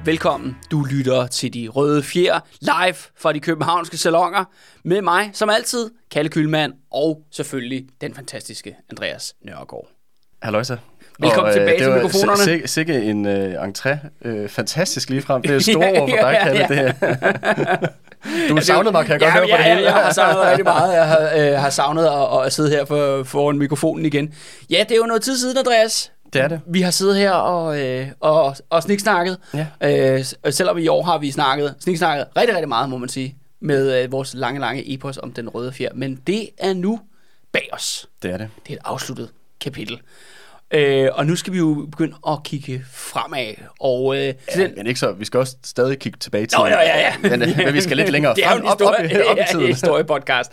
Velkommen. Du lytter til De Røde Fjer live fra de københavnske salonger med mig, som altid, Kalle Kyhlmann og selvfølgelig den fantastiske Andreas Nørgaard. Halløjsa. Velkommen tilbage til mikrofonerne. Det var sikke en entré. Fantastisk ligefrem. Det er store ord for dig, Kalle. Det her. Du har savnet mig, kan jeg godt høre på det hele. Jeg har savnet rigtig meget. Jeg har savnet at sidde her foran mikrofonen igen. Ja, det er jo noget tid siden, Andreas. Det er det. Vi har siddet her og sniksnakket. Ja. Selvom i år har vi sniksnakket rigtig, rigtig meget, må man sige, med vores lange epos om den røde fjer. Men det er nu bag os. Det er det. Det er et afsluttet kapitel. Og nu skal vi jo begynde at kigge fremad. Men ikke så. Vi skal også stadig kigge tilbage til. Ja. Men vi skal lidt længere det er frem, op i tiden. Det er en historiepodcast.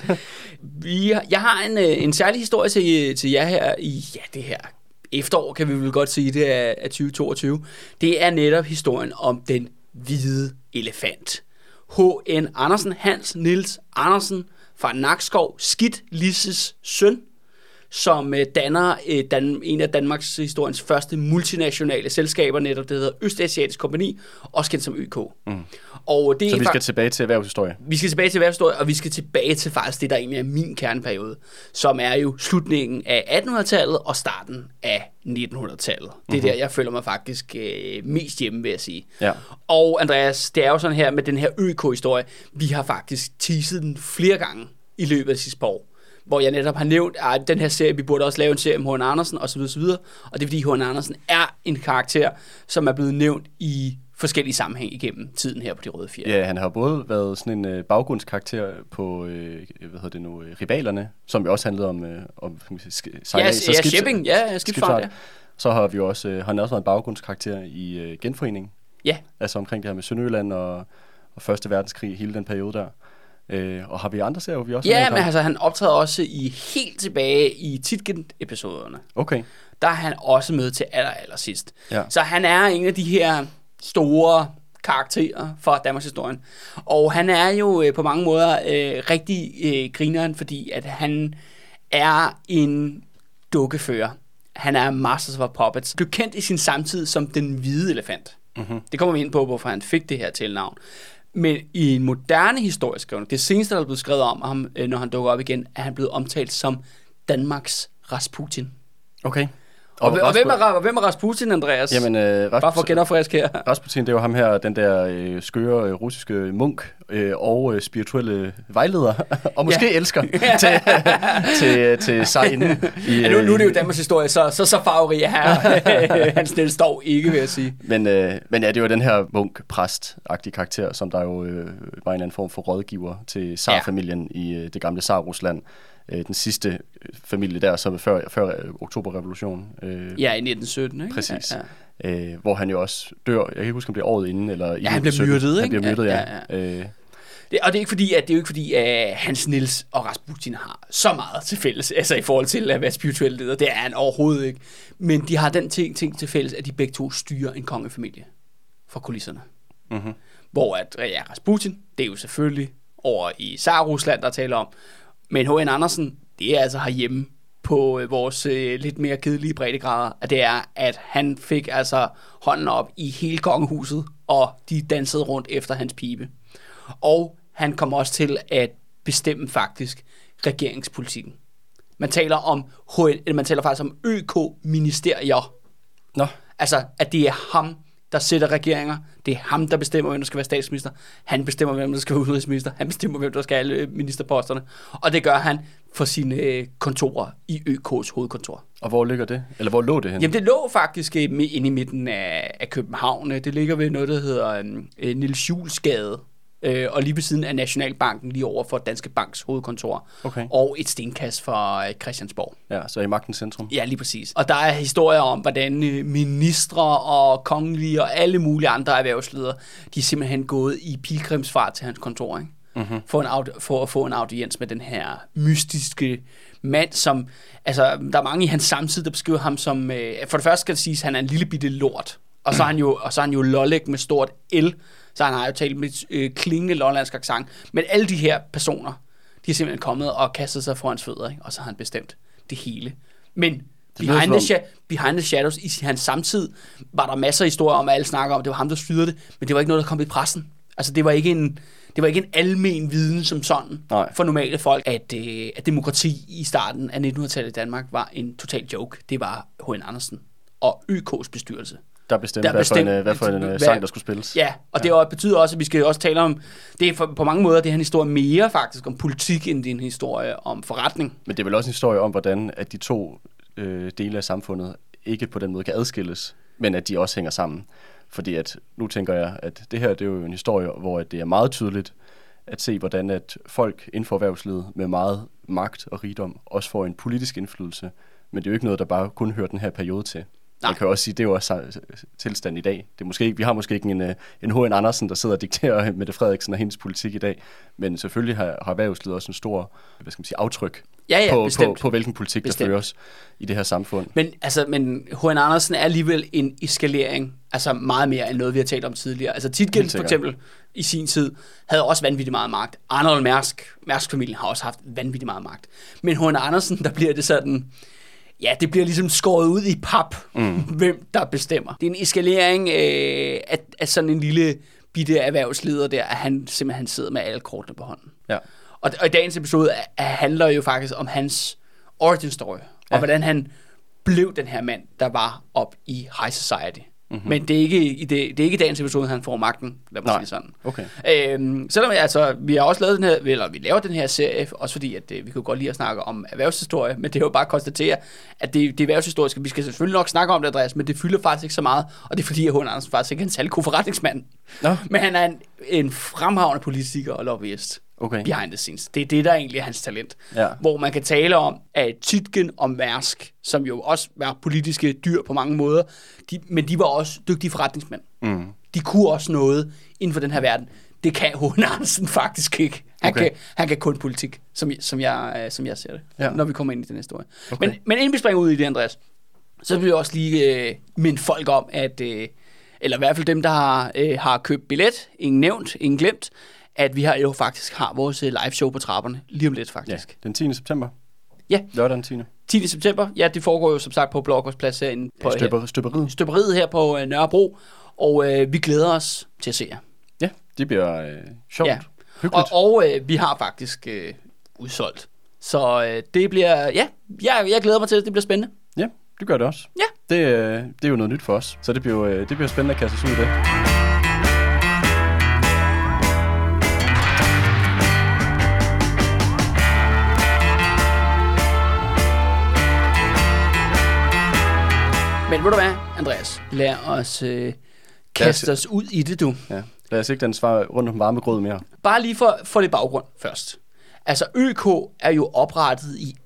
Jeg har en særlig historie til jer her i det her efterår, kan vi vel godt sige, det er 2022. Det er netop historien om den hvide elefant. H.N. Andersen, Hans Niels Andersen fra Nakskov, Skidt Lisses søn, som danner en af Danmarks historiens første multinationale selskaber, netop det hedder Østasiatisk Kompagni, også kendt som ØK. Og det så vi skal tilbage til erhvervshistorie. Vi skal tilbage til erhvervshistorie, og vi skal tilbage til faktisk det, der egentlig er min kerneperiode, som er jo slutningen af 1800-tallet og starten af 1900-tallet. Det er der, jeg føler mig faktisk mest hjemme, vil jeg sige. Ja. Og Andreas, det er jo sådan her med den her ØK-historie, vi har faktisk teaset den flere gange i løbet af de sidste par år, hvor jeg netop har nævnt, at den her serie, vi burde også lave en serie om H.N. Andersen, osv. Og det er fordi H.N. Andersen er en karakter, som er blevet nævnt i forskellige sammenhæng igennem tiden her på De Røde Fjer. Ja, han har både været sådan en baggrundskarakter på, Rivalerne, som jo også handlede om shipping, skibsfart, ja. Så har vi også, han har også været en baggrundskarakter i Genforeningen. Ja. Altså omkring det her med Sønderjylland og Første Verdenskrig, hele den periode der. Og har vi andre serier, vi også? Ja, men altså, han optræder også helt tilbage i Tietgen-episoderne. Okay. Der er han også med til allersidst. Ja. Så han er en af de her store karakterer fra Danmarks historien. Og han er jo på mange måder rigtig grineren, fordi at han er en dukkefører. Han er Masters of Puppets. Blev kendt i sin samtid som den hvide elefant. Mm-hmm. Det kommer vi ind på, hvorfor han fik det her tilnavn. Men i en moderne historieskrivning, det seneste, der er blevet skrevet om ham, når han dukker op igen, er han blevet omtalt som Danmarks Rasputin. Okay. Og hvem er Rasputin, Andreas? Jamen, bare for at genopfriske her. Rasputin, det er jo ham her, den der skøre russiske munk og spirituelle vejleder, og måske elsker til sig inden. Nu er det jo Danmarks historie, så farverig er her. Hans Niels dog ikke, vil jeg sige. Men ja, det var den her munk-præst-agtige karakter, som der jo var en eller anden form for rådgiver til Tsar-familien i det gamle Tsar-Rusland. Den sidste familie der, som før oktoberrevolutionen. Ja, i 1917, ikke? Præcis. Ja. Hvor han jo også dør. Jeg kan ikke huske, om det er året inden, eller i han bliver myrdet, ikke? Han bliver myrdet, ja. Og det er jo ikke fordi, at Hans Niels og Rasputin har så meget til fælles, altså i forhold til at være spirituelle leder. Det er han overhovedet ikke. Men de har den ting til fælles, at de begge to styrer en kongefamilie fra kulisserne. Mm-hmm. Hvor Rasputin, det er jo selvfølgelig over i Tsar-Rusland, der taler om. Men H.N. Andersen, det er altså herhjemme på vores lidt mere kedelige breddegrader, at det er, at han fik altså hånden op i hele kongehuset, og de dansede rundt efter hans pibe. Og han kom også til at bestemme faktisk regeringspolitikken. Man taler faktisk om ØK-ministerier. Nå. Altså, at det er ham, der sætter regeringer. Det er ham, der bestemmer, hvem der skal være statsminister. Han bestemmer, hvem der skal være udenrigsminister. Han bestemmer, hvem der skal have alle ministerposterne. Og det gør han for sine kontorer i ØK's hovedkontor. Og hvor ligger det? Eller hvor lå det henne? Jamen, det lå faktisk inde i midten af København. Det ligger ved noget, der hedder Niels Juels Gade. Og lige ved siden af Nationalbanken, lige over for Danske Banks hovedkontor. Okay. Og et stenkast fra Christiansborg. Ja, så i magtens centrum. Ja, lige præcis. Og der er historier om, hvordan ministre og kongelige og alle mulige andre erhvervsledere, de er simpelthen gået i pilgrimsfart til hans kontor, ikke? Mm-hmm. For at få en audiens med den her mystiske mand, som, altså, der er mange i hans samtid, der beskriver ham som, for det første skal det siges, at han er en lille bitte lort. Og så er han jo lollæg med stort L, så han har jo talt med klingende lollandsk accent. Men alle de her personer, de er simpelthen kommet og kastet sig foran hans fødder, ikke? Og så har han bestemt det hele. Men Behind the Shadows, i hans samtid, var der masser af historier om, at alle snakker om, at det var ham, der styrede det, men det var ikke noget, der kom i pressen. Altså, det var ikke en almen viden som sådan for normale folk, at demokrati i starten af 1900-tallet i Danmark var en total joke. Det var H.N. Andersen og YK's bestyrelse. Der bestemte, hvad for en sang, der skulle spilles. Ja, og det betyder også, at vi skal også tale om, det er på mange måder, det er en historie mere faktisk om politik, end det er en historie om forretning. Men det er vel også en historie om, hvordan at de to dele af samfundet ikke på den måde kan adskilles, men at de også hænger sammen. Fordi at, nu tænker jeg, at det her, det er jo en historie, hvor det er meget tydeligt at se, hvordan at folk inden for erhvervslivet med meget magt og rigdom også får en politisk indflydelse. Men det er jo ikke noget, der bare kun hører den her periode til. Man kan også sige, det er jo også tilstand i dag. Det er måske ikke, vi har måske ikke en H.N. Andersen, der sidder og dikterer Mette Frederiksen og hendes politik i dag. Men selvfølgelig har erhvervslivet også en stor, aftryk på hvilken politik der føres i det her samfund. Men H.N. Andersen er alligevel en eskalering, altså meget mere end noget, vi har talt om tidligere. Altså Tietgen for eksempel i sin tid havde også vanvittigt meget magt. Arnold Mærsk-familien har også haft vanvittigt meget magt. Men H.N. Andersen, der bliver det sådan... Ja, det bliver ligesom skåret ud i pap, hvem der bestemmer. Det er en eskalering af sådan en lille bitte erhvervsleder der, at han simpelthen sidder med alle kortene på hånden. Ja. Og i dagens episode handler jo faktisk om hans origin story, og hvordan han blev den her mand, der var op i high society. Mm-hmm. Men det er ikke dagens episode, han får magten. Lad mig sige sådan. Okay. Selvom vi har også lavet den her, eller vi laver den her serie, også fordi at vi kunne godt lide at snakke om erhvervshistorie, men det er jo bare at konstatere, at det erhvervshistoriske, vi skal selvfølgelig nok snakke om det, Andreas, men det fylder faktisk ikke så meget, og det er fordi, at H.N. Andersen faktisk ikke er en særlig god forretningsmand. No. Men han er en fremragende politiker og lobbyist. Okay. Behind the scenes. Det er det, der egentlig er hans talent. Ja. Hvor man kan tale om, at Tietgen og Mærsk, som jo også var politiske dyr på mange måder, men de var også dygtige forretningsmænd. Mm. De kunne også noget inden for den her verden. Det kan H.N. Andersen faktisk ikke. Han kan kun politik, som jeg ser det, når vi kommer ind i den historie. Okay. Men inden vi springer ud i det, Andreas, så vil jeg også lige minde folk om, at, eller i hvert fald dem, der har købt billet, ingen nævnt, ingen glemt, at vi har vores live show på trapperne lige om lidt, faktisk. Ja, den 10. september. Ja. Lørdag den 10. 10. september. Ja, det foregår jo som sagt på Blågårdsplads herinde. På Støberiet her på Nørrebro. Og vi glæder os til at se jer. Ja, det bliver sjovt. Ja. Hyggeligt. Og vi har faktisk udsolgt. Så det bliver, jeg glæder mig til det. Det bliver spændende. Ja, det gør det også. Ja. Det er jo noget nyt for os. Så det bliver spændende at kaste os ud i det. Men ved du hvad, Andreas? Lad os kaste os ud i det, du. Ja. Lad os ikke den svare rundt om varme grød mere. Bare lige for lidt baggrund først. Altså, ØK er jo oprettet i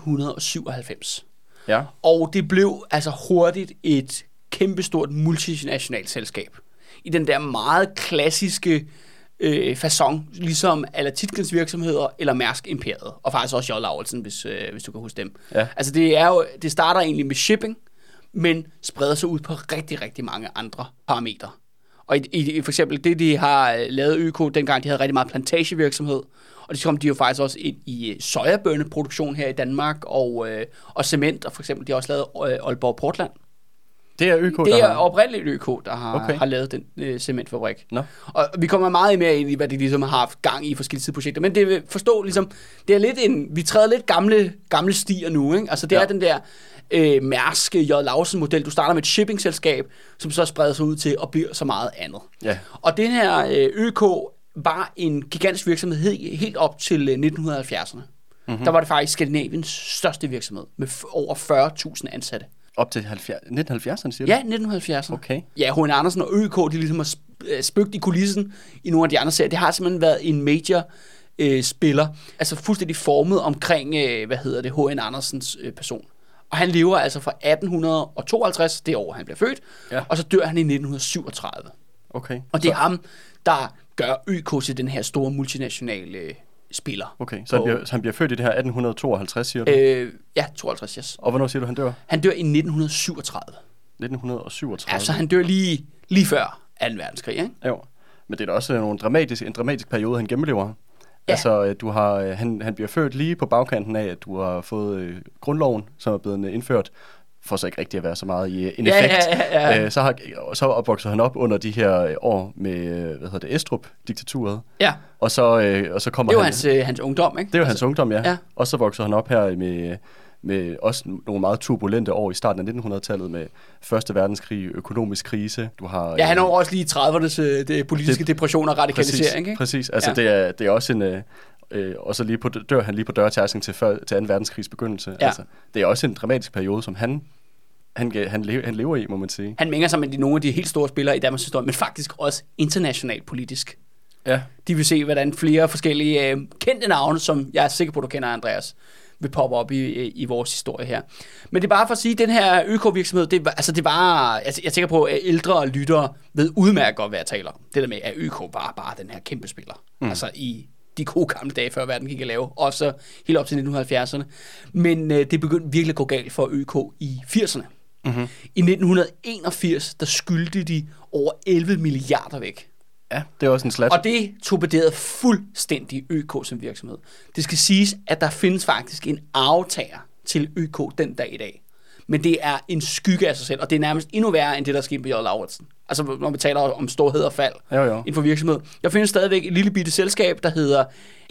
1897. Ja. Og det blev altså hurtigt et kæmpestort multinationalt selskab. I den der meget klassiske facon, ligesom alla Tietgens virksomheder eller Mærsk Imperiet. Og faktisk også J. Lauritzen, hvis du kan huske dem. Ja. Altså, det starter egentlig med shipping, men spreder sig ud på rigtig, rigtig mange andre parametre. Og for eksempel det, de har lavet ØK, dengang de havde rigtig meget plantagevirksomhed, og det kom de jo faktisk også ind i sojabønneproduktion her i Danmark, og cement, og for eksempel de har også lavet Aalborg Portland. Det er ØK, det er oprindeligt ØK, der har lavet den cementfabrik. No. Og vi kommer meget mere ind i, hvad de ligesom har haft gang i forskellige projekter, men det vil forstå ligesom, det er lidt vi træder lidt gamle stier nu, ikke? Altså det er den der Mærsk J. Lauritzen-model. Du starter med et shippingselskab, som så spreder sig ud til og bliver så meget andet. Ja. Og den her ØK var en gigantisk virksomhed helt op til 1970'erne. Mm-hmm. Der var det faktisk Skandinaviens største virksomhed med over 40.000 ansatte. Op til 1970'erne, siger du? Ja, 1970'erne. Okay. Ja, H.N. Andersen og ØK, de ligesom har spøgt i kulissen i nogle af de andre serier. Det har simpelthen været en major spiller, altså fuldstændig formet omkring, H.N. Andersens person. Og han lever altså fra 1852, det år han bliver født, og så dør han i 1937. Okay. Og det er ham, der gør ØK til den her store multinationale spiller. Okay, så han bliver født i det her 1852, siger du? Ja, 52, yes. Og hvornår siger du, han dør? Han dør i 1937. 1937? Ja, så han dør lige før 2. verdenskrig, ikke? Jo, men det er da også en dramatisk periode, han gennemlever. Ja. Altså, han bliver født lige på bagkanten af, at du har fået grundloven, som er blevet indført for så ikke rigtig at være så meget i en effekt. Ja. Så opvokser han op under de her år med, Estrup-diktaturet. Ja. Og så kommer det var hans ungdom, ikke? Det var hans ungdom, ja. Og så vokser han op her med også nogle meget turbulente år i starten af 1900-tallet med Første Verdenskrig, økonomisk krise. Du har, han er også lige i 30'ernes politiske depression og radikalisering, ikke? Præcis. Altså det er også en... og så dør han lige på dørtærsklen til 2. verdenskrigs begyndelse. Ja. Altså, det er også en dramatisk periode, som han lever i, må man sige. Han mænger sig med nogle af de helt store spillere i Danmarks historie, men faktisk også internationalt politisk. Ja. De vil se, hvordan flere forskellige kendte navne, som jeg er sikker på, du kender, Andreas, vil poppe op i vores historie her. Men det er bare for at sige, at den her ØK-virksomhed, jeg tænker på, at ældre lyttere ved udmærket godt, hvad jeg taler om. Det der med, at ØK var bare den her kæmpe spiller. Altså i de gode gamle dage, før verden gik at lave, også helt op til 1970'erne. Men det begyndte virkelig at gå galt for ØK i 80'erne. Mm-hmm. I 1981, der skyldte de over 11 milliarder væk. Ja, det er også en slat. Og det torpederede fuldstændig ØK som virksomhed. Det skal siges, at der findes faktisk en arvtager til ØK den dag i dag. Men det er en skygge af sig selv, og det er nærmest endnu værre end det, der skete med J. Lauritsen. Altså, når vi taler om storhed og fald inden for virksomhed. Der findes stadigvæk et lille bitte selskab, der hedder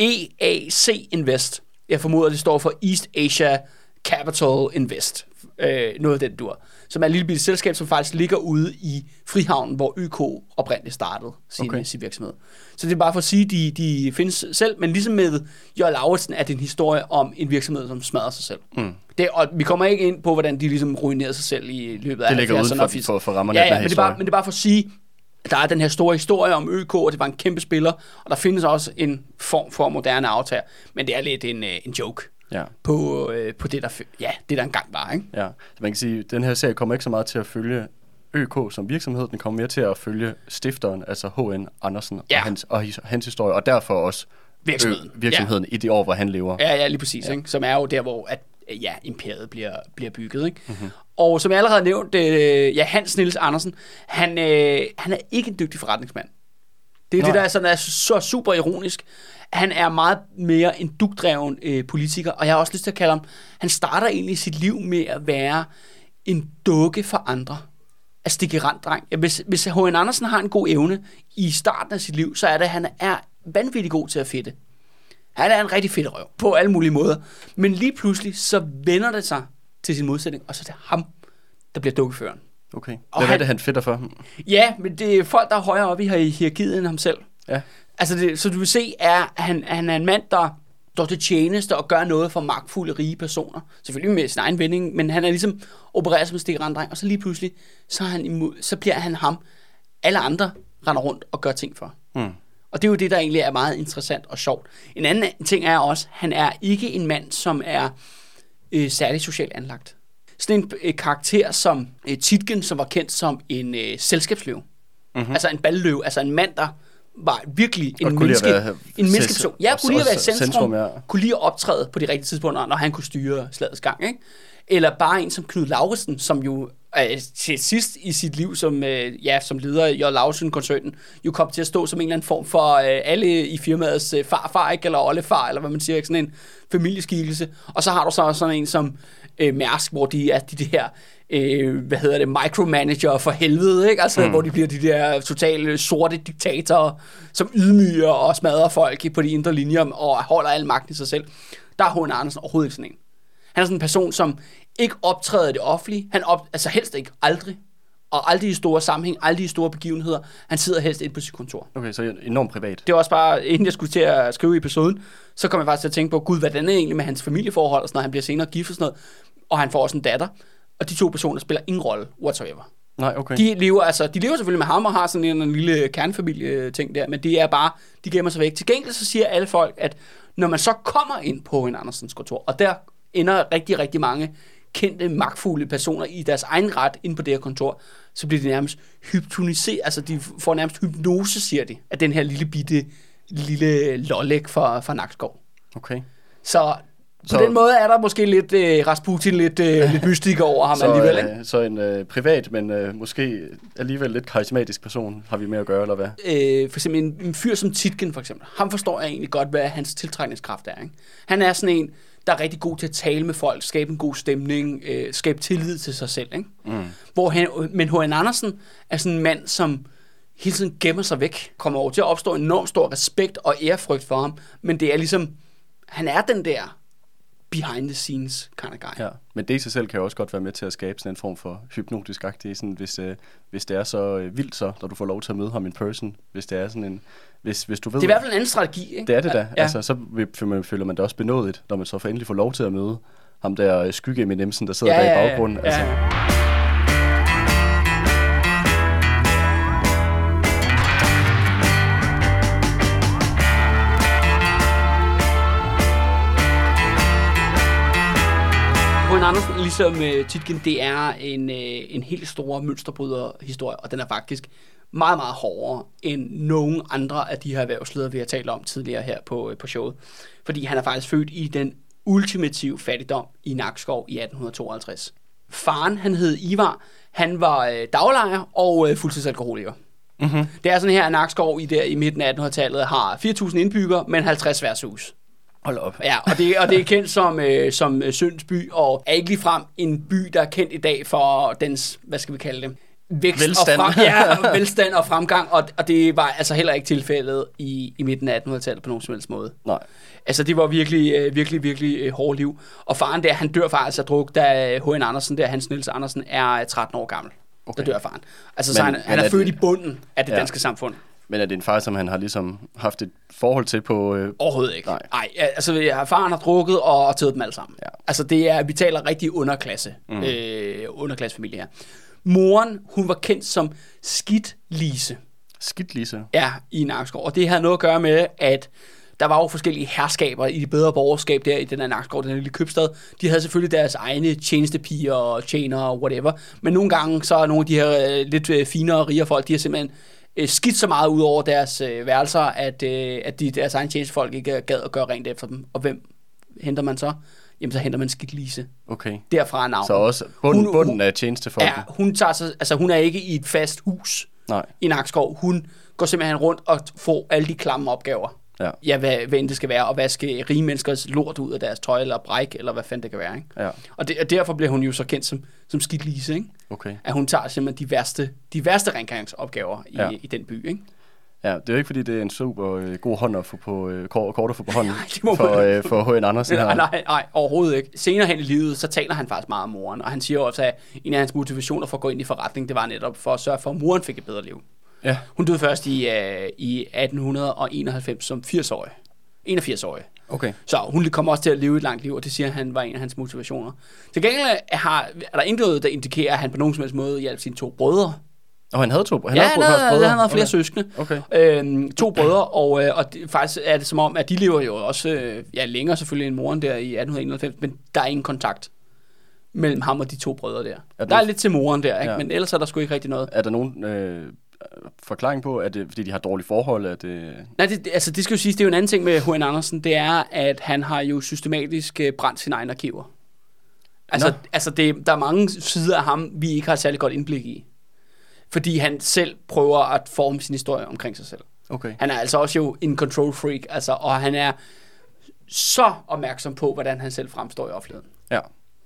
EAC Invest. Jeg formoder, det står for East Asia Capital Invest. Noget af den dur. Som er et lille bitte selskab, som faktisk ligger ude i Frihavnen, hvor ØK oprindeligt startede sin virksomhed. Så det er bare for at sige, de findes selv, men ligesom med J. Lauritsen er det en historie om en virksomhed, som smadrer sig selv. Mm. Og vi kommer ikke ind på, hvordan de ligesom ruinerede sig selv i løbet af 70'erne. Det ligger uden for rammerne af den her historie. Men det er bare for at sige, der er den her store historie om ØK, og det var en kæmpe spiller, og der findes også en form for moderne aftager, men det er lidt en joke. Ja. På det, der engang var, ikke? Ja, så man kan sige, at den her serie kommer ikke så meget til at følge ØK som virksomhed, den kommer mere til at følge stifteren, altså H.N. Andersen og hans historie, og derfor også virksomheden i de år, hvor han lever. Ja, lige præcis, ikke? Som er jo der, hvor imperiet bliver bygget, ikke? Mm-hmm. Og som jeg allerede har nævnt, Hans Niels Andersen, han er ikke en dygtig forretningsmand. Det er det, der er så super ironisk. Han er meget mere en dugdreven politiker, og jeg har også lyst til at kalde ham, han starter egentlig sit liv med at være en dukke for andre. Altså stikiranddreng. Hvis H.N. Andersen har en god evne i starten af sit liv, så er det, at han er vanvittigt god til at fedte. Han er en rigtig fedt røv på alle mulige måder. Men lige pludselig, så vender det sig til sin modsætning, og så er det ham, der bliver dukkeføreren. Okay. Hvad er det, han fedter for? Ja, men det er folk, der er højere oppe i hierarkiet end ham selv. Ja. Altså, så du vil se, at han er en mand, der står til tjeneste og gør noget for magtfulde, rige personer. Selvfølgelig med sin egen vending, men han er ligesom opereret som en stikiranddreng, og så lige pludselig, så bliver han ham. Alle andre render rundt og gør ting for. Mm. Og det er jo det, der egentlig er meget interessant og sjovt. En anden ting er også, han er ikke en mand, som er særligt socialt anlagt. Sådan en karakter som Tietgen, som var kendt som en selskabsløve. Mm-hmm. Altså en balløve, altså en mand, der var virkelig en menneskeperson. Ja, kunne lige at være centrum, kunne lige at optræde på de rigtige tidspunkter, når han kunne styre slagets gang, ikke? Eller bare en som Knud Lauritsen, som jo til sidst i sit liv som leder af J. Lauritsen-koncernen, jo kom til at stå som en eller anden form for alle i firmaets farfar, ikke? Eller oldefar, eller hvad man siger, ikke? Sådan en familieskikkelse. Og så har du så sådan en som Mærsk, hvor de er de her micromanager for helvede, ikke? Altså, hvor de bliver de der totale sorte diktatorer, som ydmyger og smadrer folk på de indre linjer og holder al magten i sig selv. Der er H.N. Andersen overhovedet ikke sådan en. Han er sådan en person, som ikke optræder i det offentlige. Altså helst ikke, aldrig. Og aldrig i store sammenhæng, aldrig i store begivenheder. Han sidder helst inde på sit kontor. Okay, så enormt privat. Det var også bare, inden jeg skulle til at skrive episoden, så kom jeg faktisk til at tænke på, gud, hvordan er egentlig med hans familieforhold, og sådan noget. Han bliver senere gift og sådan noget. Og han får også en datter. Og de to personer spiller ingen rolle whatsoever. Nej, okay. De lever selvfølgelig med ham og har sådan en lille kernefamilie-ting der, men det er bare, de gemmer sig væk. Til gengæld så siger alle folk, at når man så kommer ind på en Andersens kontor, og der ender rigtig, rigtig mange kendte, magtfulde personer i deres egen ret inde på det her kontor, så bliver de nærmest hypnotiseret, altså de får nærmest hypnose, siger de, af den her lille lollæg fra Nakskov. Okay. Så på den måde er der måske lidt Rasputin, lidt mystik over ham alligevel, ikke? Så en privat, men måske alligevel lidt karismatisk person har vi med at gøre, eller hvad? For eksempel en fyr som Tietgen, for eksempel. Ham forstår jeg egentlig godt, hvad hans tiltrækningskraft er, ikke? Han er sådan en, der er rigtig god til at tale med folk, skabe en god stemning, skabe tillid til sig selv. Ikke? Men H.N. Andersen er sådan en mand, som hele tiden gemmer sig væk, kommer over til at opstå enormt stor respekt og ærefrygt for ham, men det er ligesom, han er den der behind the scenes kind of guy. Ja, men det i sig selv kan jo også godt være med til at skabe sådan en form for hypnotisk-agtig, sådan, hvis det er så vildt så, når du får lov til at møde ham in person, hvis det er sådan en, hvis du ved... Det er i hvert fald en anden strategi, ikke? Det er det da. Ja. Altså, så føler man det også benådet, når man så får endelig får lov til at møde ham der skygge-eminemsen, der sidder der i baggrunden. Ja. Altså. H.N. Andersen, ligesom Tietgen, det er en helt stor mønsterbryder-historie, og den er faktisk meget, meget hårdere end nogen andre af de her erhvervsledere, vi har talt om tidligere her på showet. Fordi han er faktisk født i den ultimative fattigdom i Nakskov i 1852. Faren, han hed Ivar, han var daglejer og fuldtidsalkoholiker. Mm-hmm. Det er sådan her, at Nakskov i midten af 1800-tallet har 4.000 indbyggere, men 50 værtshus. Hold op. Ja, og det er kendt som Søns by, og er ikke ligefrem en by, der er kendt i dag for dens, hvad skal vi kalde det, vækst velstand. Og velstand og fremgang, og det var altså heller ikke tilfældet i midten af 1800-tallet på nogen som helst måde. Nej. Altså, det var virkelig hårdt liv. Og faren der, han dør faktisk af druk, da H.N. Andersen, der Hans Niels Andersen, er 13 år gammel. Okay. Der dør faren. Altså, så han er født i bunden af det danske samfund. Men er det en far, som han har ligesom haft et forhold til på... Overhovedet ikke. Nej, altså faren har drukket og taget dem alle sammen. Ja. Altså vi taler rigtig underklassefamilie her. Moren, hun var kendt som Skidt Lise. Skidt Lise? Ja, i Nakskov. Og det havde noget at gøre med, at der var jo forskellige herskaber i det bedre borgerskab der i den her Nakskov, den lille købstad. De havde selvfølgelig deres egne tjenestepiger og tjenere og whatever. Men nogle gange, så er nogle af de her lidt finere og rigere folk, de har simpelthen skidt så meget ud over deres værelser, at deres egen tjenestefolk ikke gad at gøre rent efter dem. Og hvem henter man så? Jamen, så henter man Skidt Lise. Okay. Derfra er navnet. Så også bunden af tjenestefolk. Ja, hun er ikke i et fast hus. Nej. I Nakskov. Hun går simpelthen rundt og får alle de klamme opgaver. Ja, hvad end det skal være, og hvad skal rige menneskers lort ud af deres tøj, eller bræk, eller hvad fanden det kan være, ikke? Ja. Og derfor bliver hun jo så kendt som Skidt Lise, ikke? Okay. At hun tager simpelthen de værste rengøringsopgaver i den by, ikke? Ja, det er jo ikke, fordi det er en super god hånd at få på, kort at få på hånden for H.N. Andersen her. Nej, overhovedet ikke. Senere hen i livet, så taler han faktisk meget om moren, og han siger også, at en af hans motivationer for at gå ind i forretning, det var netop for at sørge for, at moren fik et bedre liv. Ja. Hun døde først i 1891 som 80-årig. 81-årig. Okay. Så hun kommer også til at leve et langt liv, og det siger han var en af hans motivationer. Til gengæld er der intet, der indikerer, at han på nogen som helst måde hjalp sine 2 brødre. Og han havde 2 brødre? Han havde flere søskende. Okay. 2 brødre, og faktisk er det som om, at de lever jo også længere selvfølgelig end moren der i 1891, men der er ingen kontakt mellem ham og de 2 brødre der. Der er lidt til moren der, ikke? Ja. Men ellers er der sgu ikke rigtig noget. Er der nogen forklaring på, at det fordi de har dårlige forhold? At Nej, det skal jo siges, det er jo en anden ting med H.N. Andersen, det er, at han har jo systematisk brændt sine egne arkiver. Altså der er mange sider af ham, vi ikke har særlig godt indblik i. Fordi han selv prøver at forme sin historie omkring sig selv. Okay. Han er altså også jo en control freak, og han er så opmærksom på, hvordan han selv fremstår i offentligheden. Ja.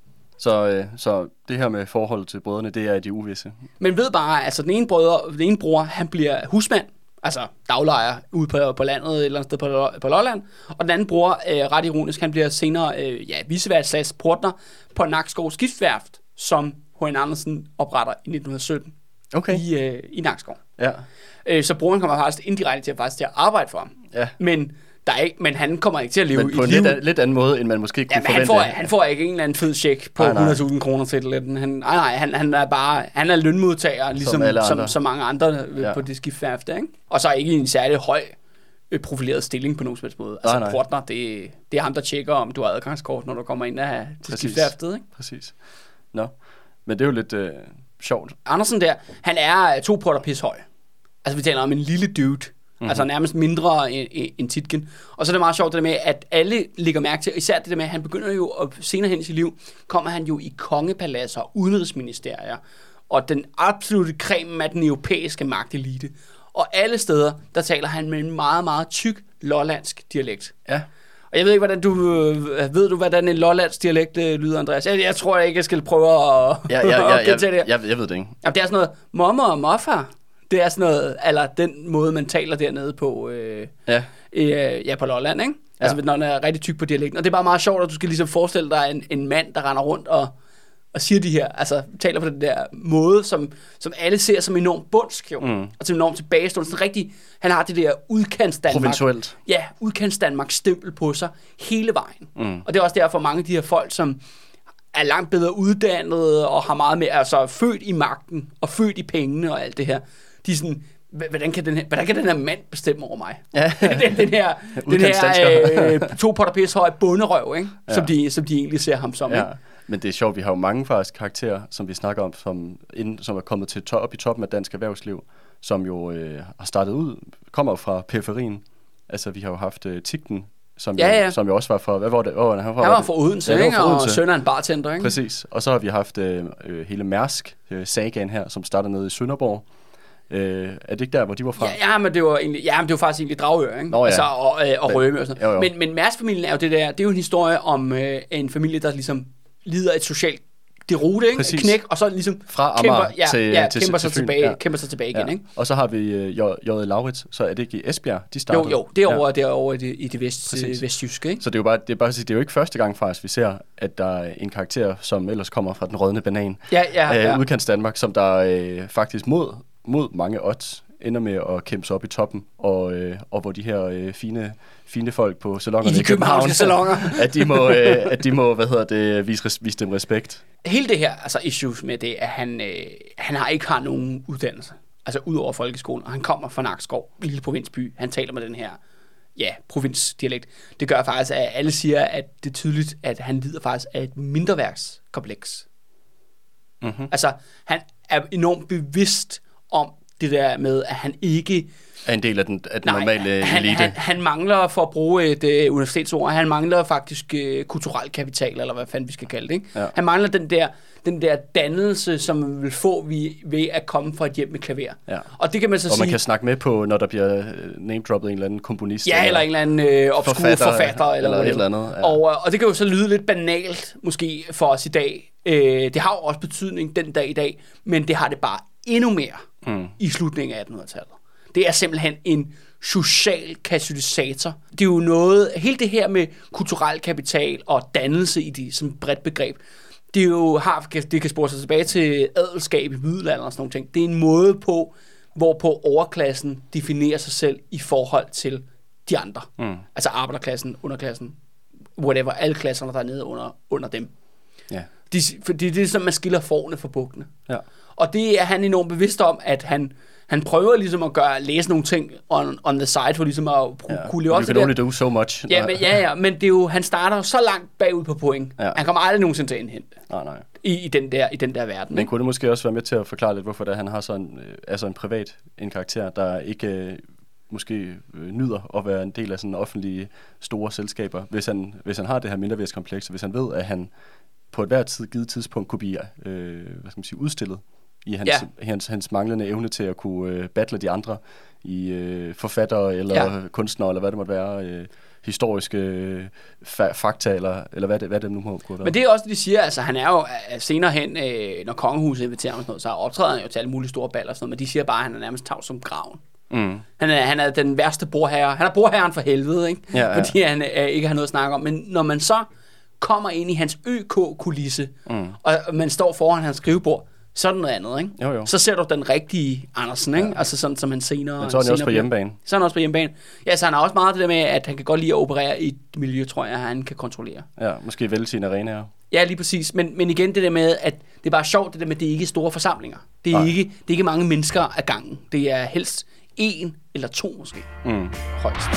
Så det her med forholdet til brødrene, det er de uvisse. Men ved bare, altså den ene bror, han bliver husmand, altså daglejer ude på landet, et eller andet sted på Lolland, og den anden bror, ret ironisk, han bliver senere viceværdslagsportner på Nakskov Skibsværft, som H.N. Andersen opretter i 1917. Okay. I Nakskov. Ja. Så broren kommer faktisk indirekte til at arbejde for ham. Ja. Men han kommer ikke til at leve på en lidt anden måde, end man måske kunne forvente. Han får ikke en eller anden fed check på 100.000 kroner til det. Han er lønmodtager, ligesom så mange andre på det skibsværft, ikke? Og så ikke i en særlig høj profileret stilling på nogen som helst måde. Altså portner, det er ham, der tjekker, om du har adgangskort, når du kommer ind til skibsværftet, ikke? Præcis. Nå, men det er jo lidt sjovt. Andersen der, han er 2 potter pis høj. Altså vi taler om en lille dude. Mm-hmm. Altså nærmest mindre end Tietgen. Og så er det meget sjovt det der med, at alle lægger mærke til, især det der med, at han begynder jo, og senere hen i sit liv, kommer han jo i kongepaladser og udenrigsministerier, og den absolutte creme af den europæiske magtelite. Og alle steder, der taler han med en meget, meget tyk lollandsk dialekt. Ja. Og jeg ved ikke, hvordan ved du, hvordan en lollands dialekt lyder, Andreas? Jeg tror ikke, jeg skal prøve at gentage det. Jeg ved det ikke. Jamen, det er sådan noget mommer og moffer. Det er sådan noget, eller den måde, man taler dernede på, på Lolland, ikke? Ja. Altså, når man er rigtig tyk på dialekten. Og det er bare meget sjovt, at du skal ligesom forestille dig en mand, der render rundt og siger de her, altså taler på den der måde, som alle ser som enormt bundsk, jo. Og som enormt tilbagestående. Sådan rigtig, han har det der udkantsdanmark. Provinsuelt. Ja, udkantsdanmark stempel på sig hele vejen. Og det er også derfor mange af de her folk, som er langt bedre uddannede og har meget mere, altså født i magten og født i pengene og alt det her. De er sådan, hvordan kan den her mand bestemme over mig? Ja. den her 2 potter pis høj bunderøv, ikke? Ja. Som de egentlig ser ham som. Ja. Ikke? Men det er sjovt, vi har jo mange faktisk karakterer, som vi snakker om, som er kommet til op i toppen af dansk erhvervsliv, som jo har startet ud, kommer fra periferien. Altså, vi har jo haft Tigten, som jo også var fra, hvad var det? Han var fra Odense, ikke? Og søn af en bartender, ikke? Præcis. Og så har vi haft hele Mærsk, sagaen her, som startede nede i Sønderborg. Er det ikke der, hvor de var fra? Ja, men det var faktisk egentlig Dragør, ikke? Nå, ja. Altså, og Røme og sådan noget. Men Mærsk-familien er jo det der, det er jo en historie om en familie, der ligesom lider et socialt deroute, ikke? Et knæk, og så ligesom fra Amager kæmper sig tilbage igen, ikke? Og så har vi J.J. Laurits, så er det ikke i Esbjerg, de startede? Jo, det er derovre i det vestjyske, ikke? Så det er jo ikke første gang faktisk, vi ser, at der er en karakter, som ellers kommer fra den rådne banan. Udkants Danmark, som der faktisk mod mange odds ender med at kæmpe sig op i toppen, og hvor de her fine folk på salongerne i København at de må vise dem respekt. Hele det her, altså issues med det, at han ikke har nogen uddannelse, altså ud over folkeskolen, og han kommer fra Nakskov, en lille provinsby. Han taler med den her provinsdialekt. Det gør faktisk, at alle siger, at det er tydeligt, at han lider faktisk af et mindreværdskompleks. Mm-hmm. Altså, han er enormt bevidst om det der med, at han ikke er en del af den normale elite. Han mangler, for at bruge et universitetsord, han mangler faktisk kulturel kapital, eller hvad fanden vi skal kalde det. Ikke? Ja. Han mangler den der dannelse, som man vil få ved at komme fra et hjem med klaver. Ja. Og det kan man så sige. Man kan snakke med på, når der bliver name-droppet en eller anden komponist. Ja, eller en eller anden obskur forfatter. Eller et eller andet. Ja. Og det kan jo så lyde lidt banalt, måske for os i dag. Det har jo også betydning den dag i dag, men det har det bare endnu mere i slutningen af 1800-tallet. Det er simpelthen en social katalysator. Det er jo noget, hele det her med kulturel kapital og dannelse i det som bredt begreb, det er jo det kan spore sig tilbage til adelskab i middelalderen og sådan nogle ting. Det er en måde på, hvorpå overklassen definerer sig selv i forhold til de andre. Altså arbejderklassen, underklassen, whatever, alle klasserne der er nede under dem. Ja. Fordi det er sådan, man skiller fårene fra bukkene. Ja. Og det er han enormt bevidst om, at han prøver ligesom at læse nogle ting on the side, for ligesom at kunne leve op til det. You can only do so much. Ja, men det er jo, han starter så langt bagud på point. Ja. Han kommer aldrig nogensinde til at indhente nej. I den der verden. Men kunne det måske også være med til at forklare lidt, hvorfor han har sådan en karakter, der ikke måske nyder at være en del af sådan offentlige store selskaber, hvis han har det her mindreværdskompleks, hvis han ved, at han på et hvert givet tidspunkt kunne blive udstillet i hans manglende evne til at kunne battle de andre i forfattere eller kunstnere, eller hvad det måtte være, historiske fakta, eller hvad det nu må kunne være. Men det er også det, de siger, altså han er jo senere hen, når kongehuset inviterer ham sådan noget, så optræder han jo til alle mulige store baller og sådan noget, men de siger bare, at han er nærmest tav som graven. Han er den værste bordherre. Han er bordherren for helvede, ikke? Ja. Fordi han ikke har noget at snakke om. Men når man så kommer ind i hans ØK-kulisse, og man står foran hans skrivebord, så er det noget andet, ikke? Jo. Så ser du den rigtige Andersen, ikke? Altså sådan, som han senere... Men så er han også på hjemmebane. Så er han også på hjemmebane. Ja, så han har også meget det der med, at han kan godt lide at operere i et miljø, tror jeg, han kan kontrollere. Ja, måske vælge sine arenaer. Ja, lige præcis. Men igen det der med, at det er bare sjovt, det der med, at det ikke er store forsamlinger. Det er ikke mange mennesker ad gangen. Det er helst 1 eller 2 måske. Højst.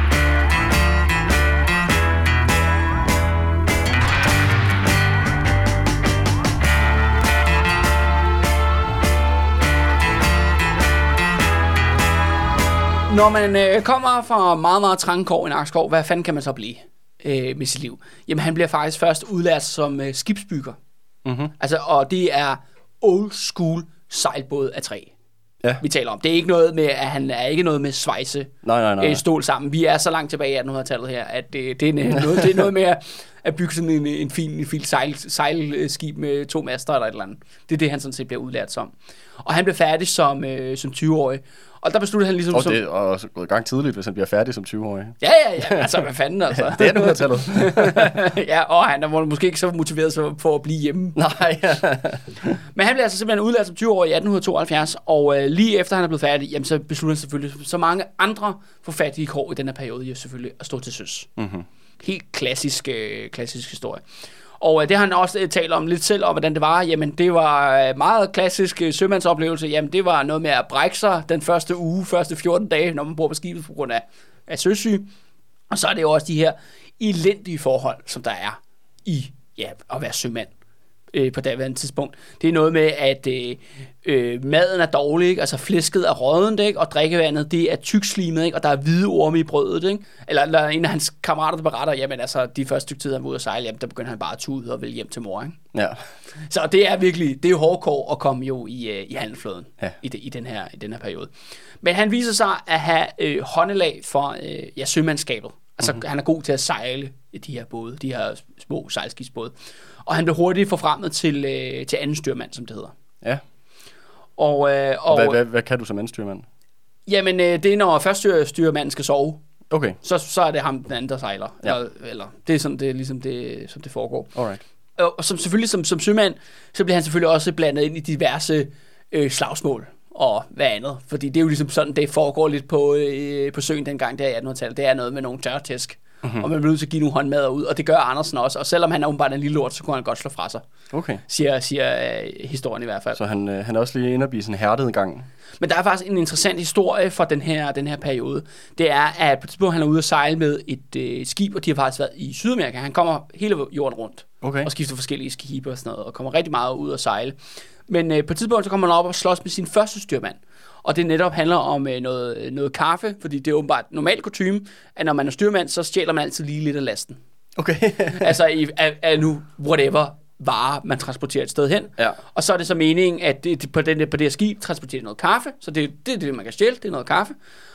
Når man kommer fra meget, meget trange kår i Nakskov, hvad fanden kan man så blive med sit liv? Jamen, han bliver faktisk først udlært som skibsbygger. Altså, og det er old school sejlbåd af træ. vi taler om. Det er ikke noget med, at han er ikke noget med svejse stål sammen. Vi er så langt tilbage i 1800-tallet her, at det er noget med at bygge sådan en fin sejlskib med 2 master eller et eller andet. Det er det, han sådan set bliver udlært som. Og han blev færdig som 20-årig. Og der besluttede han ligesom... Og det er også gået i gang tidligt, hvis han bliver færdig som 20-årig. Ja. Altså, hvad fanden altså? Det er nu tallet. Ja, og han er måske ikke så motiveret for at blive hjemme. Nej. Men han blev altså simpelthen udlært som 20-årig i 1872, og lige efter han er blevet færdig, jamen, så besluttede han selvfølgelig, så mange andre forfattige kår i den her periode, jo selvfølgelig at stå til søs. Mm-hmm. Helt klassisk historie. Og det har han også talt om lidt selv om, hvordan det var. Jamen, det var meget klassisk sømandsoplevelse. Jamen, det var noget med at brække sig den første 14 dage, når man bor på skibet på grund af søsyge. Og så er det jo også de her elendige forhold, som der er i at være sømand på daværende tidspunkt. Det er noget med, at maden er dårlig, ikke? Altså flæsket er råddent, ikke? Og drikkevandet, det er tykslimet, ikke? Og der er hvide orme i brødet, ikke? Eller en af hans kammerater, der beretter, jamen altså, de første stykke tid, han var ude at sejle, jamen, der begynder han bare at tude og vil hjem til mor, ikke? Ja. Så det er virkelig, det er jo hårdkår at komme jo i handelsflåden i den her periode. Men han viser sig at have håndelag for sømandskabet. Altså, han er god til at sejle de her både, de her små sejlskibsbåde. Og han blev hurtigt forfremmet til anden styrmand, som det hedder. Ja. Og hvad kan du som anden styrmand? Jamen, det er, når første styrmanden skal sove. Okay. Så er det ham, den anden, der sejler. Ja. Eller det er sådan, det er ligesom det, som det foregår. Alright. Og selvfølgelig som sømand, så bliver han selvfølgelig også blandet ind i diverse slagsmål og hvad andet. Fordi det er jo ligesom sådan, det foregår lidt på søen dengang, der i 1800-tallet. Det er noget med nogle tørtæsk. Mm-hmm. Og man bliver nødt til at give nogle håndmadder ud, og det gør Andersen også. Og selvom han er åbenbart en lille lort, så kunne han godt slå fra sig. Okay. Siger historien i hvert fald. Så han er også lige inde og blive sådan hærdet en gang. Men der er faktisk en interessant historie fra den her periode. Det er, at på et tidspunkt han er ude at sejle med et skib, og de har faktisk været i Sydamerika. Han kommer hele jorden rundt og skifter forskellige skibe og sådan noget, og kommer rigtig meget ud at sejle. Men på et tidspunkt så kommer han op og slås med sin første styrmand. Og det netop handler om noget kaffe, fordi det er åbenbart normalt kutyme, at når man er styrmand, så stjæler man altid lige lidt af lasten. Okay. Altså af nu whatever varer, man transporterer et sted hen. Ja. Og så er det så meningen, at på det her skib transporterer noget kaffe, så det er det, man kan stjæle, det er noget kaffe.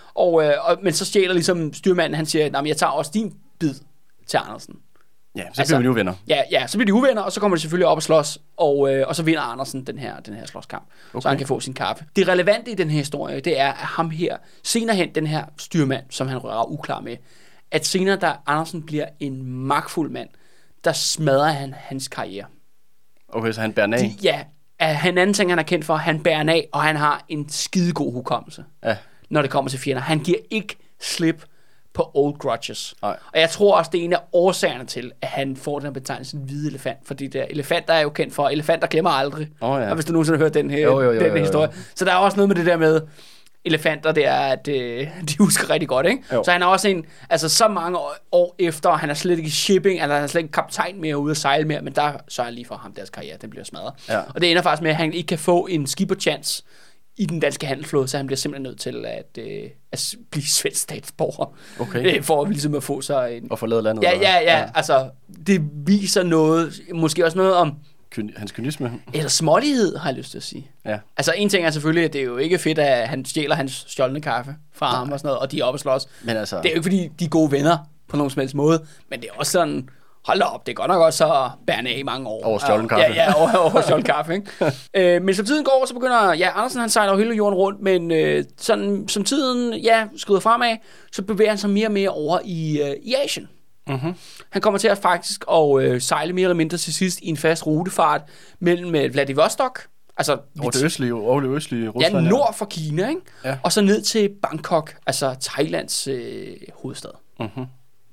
Men så stjæler ligesom styrmanden, han siger, nej, men jeg tager også din bid til Andersen. Ja, så bliver de uvenner. Ja, så bliver de uvenner, og så kommer de selvfølgelig op og slås, og så vinder Andersen den her slåskamp, så han kan få sin kaffe. Det relevante i den her historie, det er, at ham her, senere hen, den her styrmand, som han rører uklar med, at senere, da Andersen bliver en magtfuld mand, der smadrer hans karriere. Okay, så han bærer af? Han anden ting, han er kendt for, han bærer af, og han har en skidegod hukommelse, når det kommer til fjender. Han giver ikke slip på old grudges. Nej. Og jeg tror også, det er en af årsagerne til, at han får den her betegnelse en hvide elefant. Fordi der elefanter er jo kendt for, elefanter glemmer aldrig. Og hvis du nogensinde har hørt den her historie. Så der er også noget med det der med elefanter, det er, at de husker rigtig godt, ikke? Jo. Så han er også en, altså så mange år efter, han er slet ikke i shipping, eller han er slet ikke kaptajn mere ude at sejle mere, men der så er lige for ham, deres karriere, den bliver smadret. Ja. Og det ender faktisk med, at han ikke kan få en skipperchance i den danske handelsflåde, så han bliver simpelthen nødt til at blive svensk statsborger. Okay. For ligesom at få sig en... Og forlade landet. Ja, altså, det viser noget, måske også noget om... Hans kynisme. Eller smålighed, har jeg lyst til at sige. Ja. Altså, en ting er selvfølgelig, at det er jo ikke fedt, at han stjæler hans stjålne kaffe fra ham og sådan noget, og de er oppe og slås. Men altså... Det er jo ikke, fordi de er gode venner på nogen som helst måde, men det er også sådan... Hold da op, det er godt nok også at bære af i mange år. Over stjålen kaffe. Ja, over stjålen kaffe, ikke? Men som tiden går, så begynder... Andersen han sejler jo hele jorden rundt, men sådan, som tiden skrider fremad, så bevæger han sig mere og mere over i Asien. Mm-hmm. Han kommer til at faktisk sejle mere eller mindre til sidst i en fast rutefart mellem Vladivostok, altså over det østlige Rusland. Ja, nord for Kina, ikke? Ja. Og så ned til Bangkok, altså Thailands hovedstad. Mm-hmm.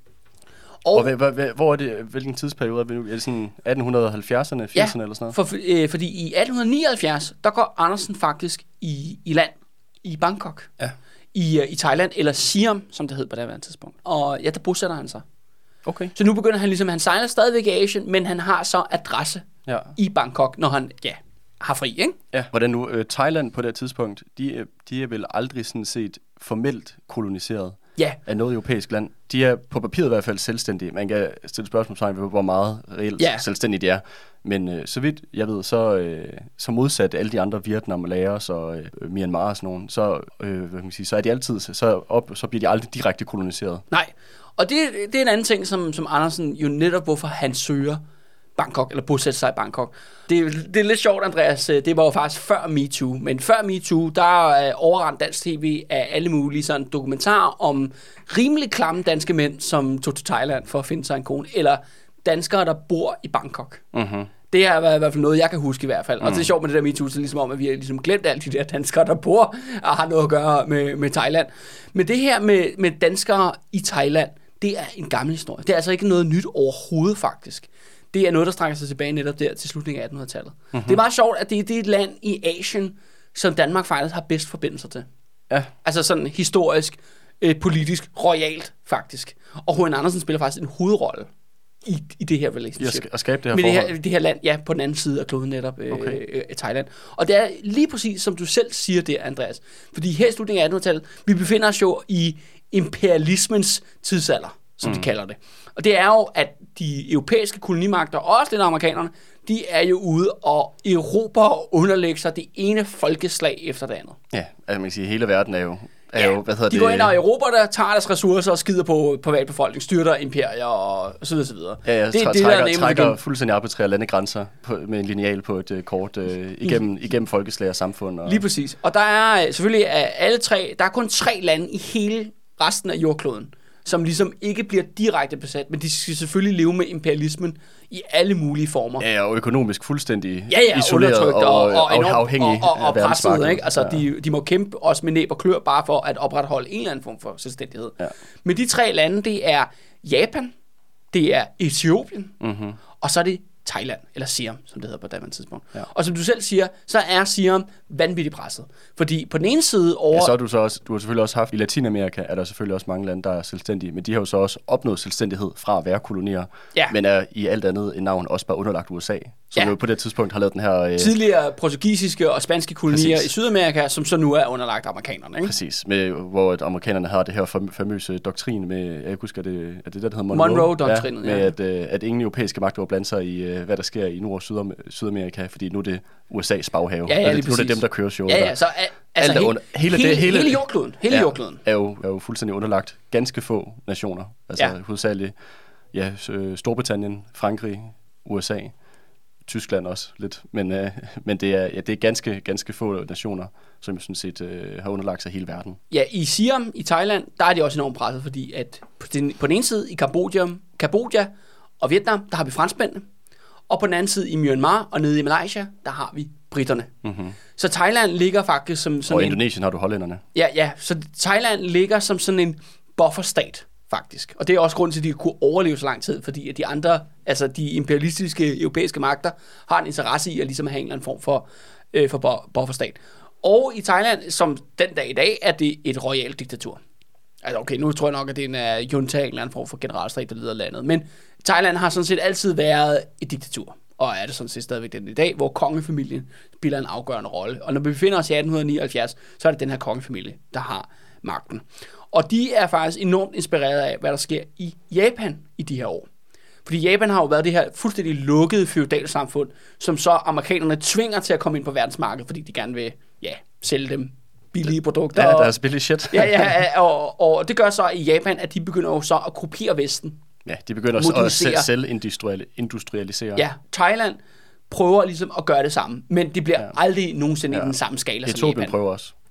Og hvor er det, hvilken tidsperiode er vi nu? Er det sådan 1870'erne, 80'erne eller sådan noget? Fordi i 1879, der går Andersen faktisk i land i Bangkok. Ja. I Thailand, eller Siam, som det hed på det her tidspunkt. Og der bosætter han sig. Okay. Så nu begynder han ligesom, han sejler stadigvæk i Asien, men han har så adresse i Bangkok, når han har fri, ikke? Ja. Hvordan nu? Thailand på det tidspunkt, de er vel aldrig sådan set formelt koloniseret af noget europæisk land. De er på papiret i hvert fald selvstændige. Man kan stille spørgsmålstegn ved, hvor meget reelt selvstændige de er. Men så vidt jeg ved, så modsat alle de andre Vietnam og Laos og Myanmar og sådan nogen, så er de altid, så bliver de aldrig direkte koloniseret. Nej, og det er en anden ting, som Andersen jo netop, hvorfor han søger Bangkok, eller bosætte sig i Bangkok. Det er lidt sjovt, Andreas. Det var jo faktisk før MeToo. Men før MeToo, der overrendt dansk tv af alle mulige sådan dokumentarer om rimelig klamme danske mænd, som tog til Thailand for at finde sig en kone, eller danskere, der bor i Bangkok. Mm-hmm. Det er i hvert fald noget, jeg kan huske i hvert fald. Og det er sjovt med det der MeToo, så ligesom om, at vi har ligesom glemt alle de der danskere, der bor og har noget at gøre med Thailand. Men det her med danskere i Thailand, det er en gammel historie. Det er altså ikke noget nyt overhovedet, faktisk. Det er noget, der strækker sig tilbage netop der til slutningen af 1800-tallet. Mm-hmm. Det er meget sjovt, at det er et land i Asien, som Danmark faktisk har bedst forbindelser til. Ja. Altså sådan historisk, politisk, royalt faktisk. Og H.N. Andersen spiller faktisk en hovedrolle i det her relationship. At skabe det her forhold. Det her land, ja, på den anden side af kloden netop, Thailand. Og det er lige præcis, som du selv siger der, Andreas. Fordi her i slutningen af 1800-tallet, vi befinder os jo i imperialismens tidsalder, som de kalder det. Og det er jo, at de europæiske kolonimagter, og også lidt amerikanerne, de er jo ude og erobre og underlægge sig det ene folkeslag efter det andet. Ja, altså man kan sige, at hele verden er jo de går ind og erobrer der, tager deres ressourcer og skider på privatbefolkning, styrter imperier og så videre, så videre. Ja, trækker fuldstændig arbitrære landegrænser med en lineal på et kort igennem folkeslag og samfund. Lige præcis. Og der er selvfølgelig der er kun 3 lande i hele resten af jordkloden, som ligesom ikke bliver direkte besat, men de skal selvfølgelig leve med imperialismen i alle mulige former. Ja, og økonomisk fuldstændig isoleret og afhængig og presset, ikke? Altså, de må kæmpe også med næb og klør bare for at opretholde en eller anden form for selvstændighed. Ja. Men de 3 lande, det er Japan, det er Etiopien, og så er det Thailand, eller Siam, som det hedder på daværende tidspunkt. Ja. Og som du selv siger, så er Siam vanvittigt presset. Fordi på den ene side over... Ja, du har selvfølgelig også haft... I Latinamerika er der selvfølgelig også mange lande, der er selvstændige, men de har jo så også opnået selvstændighed fra at være kolonier, men er i alt andet end navn også bare underlagt USA, som jo på det tidspunkt har lavet den her... Tidligere portugisiske og spanske kolonier i Sydamerika, som så nu er underlagt amerikanerne, ikke? Præcis, hvor amerikanerne har det her famøse doktrin med... Jeg husker, det er det, der hedder Monroe-doktrinen, med at ingen europæiske magter må blande sig i, hvad der sker i Nord- og Sydamerika, fordi nu er det USA's baghave. Ja, nu er det dem, der kører showet. Ja, så hele jordkloden. Hele jordkloden. Er jo fuldstændig underlagt ganske få nationer. Altså hovedsageligt Storbritannien, Frankrig, USA, Tyskland også lidt. Men det er ganske få nationer, som sådan set har underlagt sig hele verden. Ja, i Siam, i Thailand, der er de også enormt presset, fordi at på den ene side i Kambodja og Vietnam, der har vi franskmændene. Og på den anden side i Myanmar og nede i Malaysia, der har vi britterne. Mm-hmm. Så Thailand ligger faktisk som sådan og Indonesien har du hollænderne. Ja, så Thailand ligger som sådan en bufferstat, faktisk. Og det er også grund til, at de kunne overleve så lang tid, fordi at de andre, altså de imperialistiske europæiske magter, har en interesse i at ligesom have en eller anden form for bufferstat. Og i Thailand, som den dag i dag, er det et royalt diktatur. Altså okay, nu tror jeg nok, at det er en junta, en eller anden form for generalstat, der leder landet. Men Thailand har sådan set altid været et diktatur, og er det sådan set stadigvæk den i dag, hvor kongefamilien spiller en afgørende rolle. Og når vi befinder os i 1879, så er det den her kongefamilie, der har magten. Og de er faktisk enormt inspireret af, hvad der sker i Japan i de her år. Fordi Japan har jo været det her fuldstændig lukkede feudalsamfund, som så amerikanerne tvinger til at komme ind på verdensmarkedet, fordi de gerne vil sælge dem billige produkter. Ja, der er billig shit. Og det gør så i Japan, at de begynder jo så at kopiere Vesten. Ja, de begynder at selv industrialisere. Ja, Thailand prøver ligesom at gøre det samme, men det bliver aldrig nogensinde i den samme skala som Japan. Etiopien prøver også.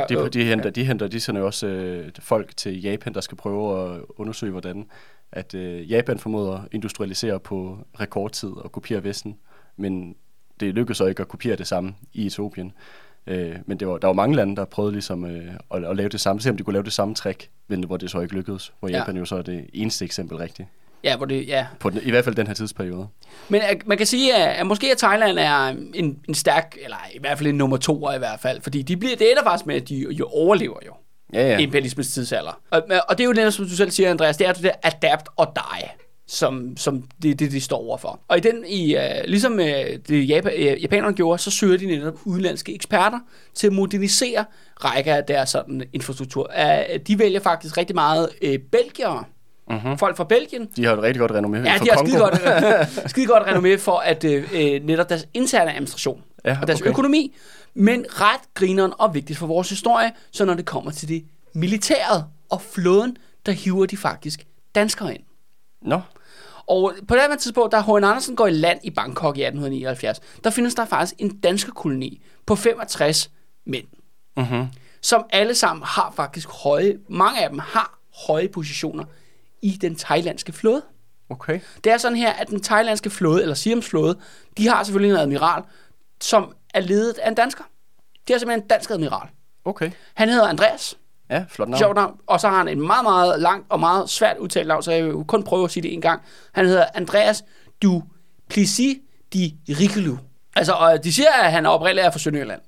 De sender jo også folk til Japan, der skal prøve at undersøge, hvordan at Japan formåede at industrialisere på rekordtid og kopiere Vesten, men det lykkedes så ikke at kopiere det samme i Etiopien. Men der var mange lande, der prøvede ligesom at lave det samme, se om de kunne lave det samme trick, men hvor det så ikke lykkedes, hvor Japan jo så er det eneste eksempel rigtigt. Ja, hvor det, I hvert fald den her tidsperiode. Men man kan sige, at måske at Thailand er en stærk, eller i hvert fald en nummer 2 i hvert fald, fordi det ender faktisk med, at de jo overlever jo. Ja. Imperialismens tidsalder. Og det er jo det, som du selv siger, Andreas, det er det adapt or die, som det de står overfor. Og ligesom det japanerne gjorde, så søger de netop udenlandske eksperter til at modernisere rækker af deres sådan infrastruktur. De vælger faktisk rigtig meget belgiere Folk fra Belgien. De har et rigtig godt renommé Ja, for de har Congo. skide godt renommé for at netop deres interne administration og deres økonomi, men ret grineren og vigtigt for vores historie, så når det kommer til det militæret og flåden, der hiver de faktisk danskere ind. Nå. Og på det her tidspunkt, da H.N. Andersen går i land i Bangkok i 1879, der findes der faktisk en dansk koloni på 65 mænd, som alle sammen har faktisk mange af dem har høje positioner i den thailandske flåde. Okay. Det er sådan her, at den thailandske flåde, eller Siams flåde, de har selvfølgelig en admiral, som er ledet af en dansker. Det er simpelthen en dansk admiral. Okay. Han hedder Andreas. Ja, flot navn. Sjovt navn. Og så har han en meget, meget langt og meget svært udtalt navn, så jeg vil kun prøve at sige det en gang. Han hedder Andreas du Plessis de Rickelou. Altså, og de siger, at han er oprindelig er fra Sønderjylland.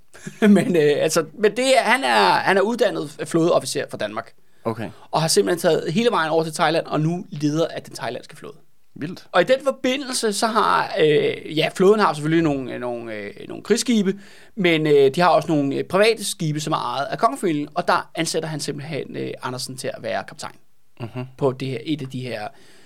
men han er uddannet flådeofficer fra Danmark. Okay. Og har simpelthen taget hele vejen over til Thailand, og nu leder af den thailandske flåde. Vildt. Og i den forbindelse, så har, flåden har selvfølgelig nogle krigsskibe, men de har også nogle private skibe, som er ejet af kongefamilien, og der ansætter han simpelthen Andersen til at være kaptajn på et af de her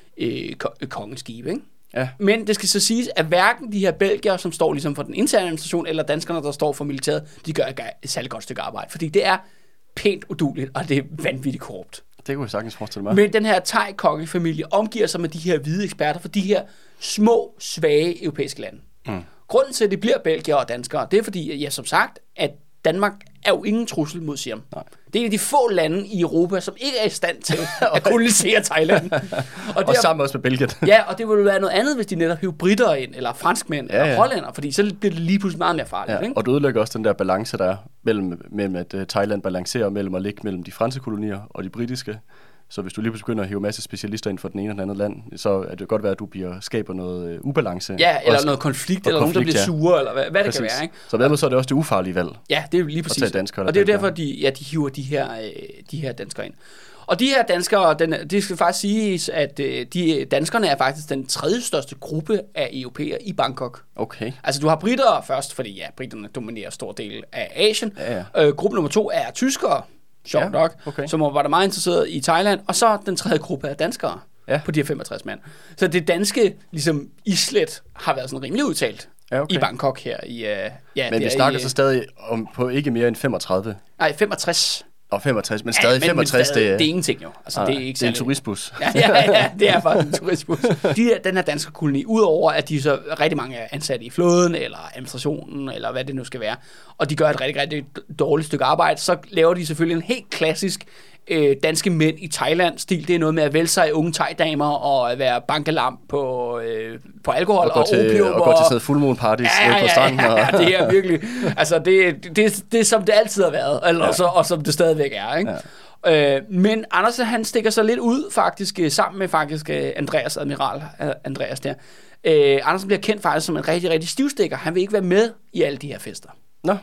kongeskibe, ikke? Ja. Men det skal så siges, at hverken de her belgier, som står ligesom for den interne administration, eller danskerne, der står for militæret, de gør et særligt godt stykke arbejde, fordi det er pænt udueligt, og det er vanvittigt korrupt. Det kunne jeg sagtens forestille mig. Men den her thai-kongefamilie omgiver sig med de her hvide eksperter for de her små, svage europæiske lande. Grunden til, at det bliver belgier og danskere, det er fordi, ja, som sagt, at Danmark er jo ingen trussel mod Siam. Nej. Det er en af de få lande i Europa, som ikke er i stand til at kolonisere Thailand. Og sammen også med Belgien. Ja, og det ville være noget andet, hvis de netop hiver britter ind, eller franskmænd, eller hollænder, fordi så bliver det lige pludselig meget mere farligt. Ja, ikke? og det ødelægger også den der balance, der er mellem at Thailand balancerer mellem at ligge mellem de franske kolonier og de britiske. Så hvis du lige pludselig begynder at hive masse specialister ind fra den ene og den anden land, så er det godt være, at du skaber noget ubalance. Ja, eller også noget konflikt, eller nogen, der bliver sure, eller hvad det kan være. Ikke? Så dermed så er det også det ufarlige valg. Ja, det er lige præcis. Og det er jo derfor, de hiver de her danskere ind. Og de her danskere, det skal faktisk siges, at danskerne er faktisk den tredje største gruppe af europæere i Bangkok. Okay. Altså du har britter først, fordi britterne dominerer stor del af Asien. Ja. Gruppe nummer 2 er tyskere. Sjovt nok, som var der meget interesseret i Thailand, og så den tredje gruppe af danskere på de her 65 mand. Så det danske ligesom islet har været sådan rimelig udtalt i Bangkok her i men vi snakker så stadig om på ikke mere end 35. Nej, 65. Og 65, men stadig 65 det er ingenting jo. Altså det er ikke det er en turistbus. Ja, det er faktisk en turistbus. Den her danske koloni, udover at de så rigtig mange er ansatte i flåden eller administrationen eller hvad det nu skal være, og de gør et rigtig, rigtig dårligt stykke arbejde, så laver de selvfølgelig en helt klassisk danske mænd i Thailand-stil. Det er noget med at vælge sig unge thai-damer og at være bankelam på alkohol og opium. Og gå til sådan noget full moon parties på stranden. Ja, det er virkelig. Altså, det er som det altid har været, eller og som det stadigvæk er, ikke? Ja. Men Andersen, han stikker sig lidt ud faktisk, sammen med faktisk Andreas, admiral Andreas der. Andersen bliver kendt faktisk som en rigtig, rigtig stivstikker. Han vil ikke være med i alle de her fester. Nå.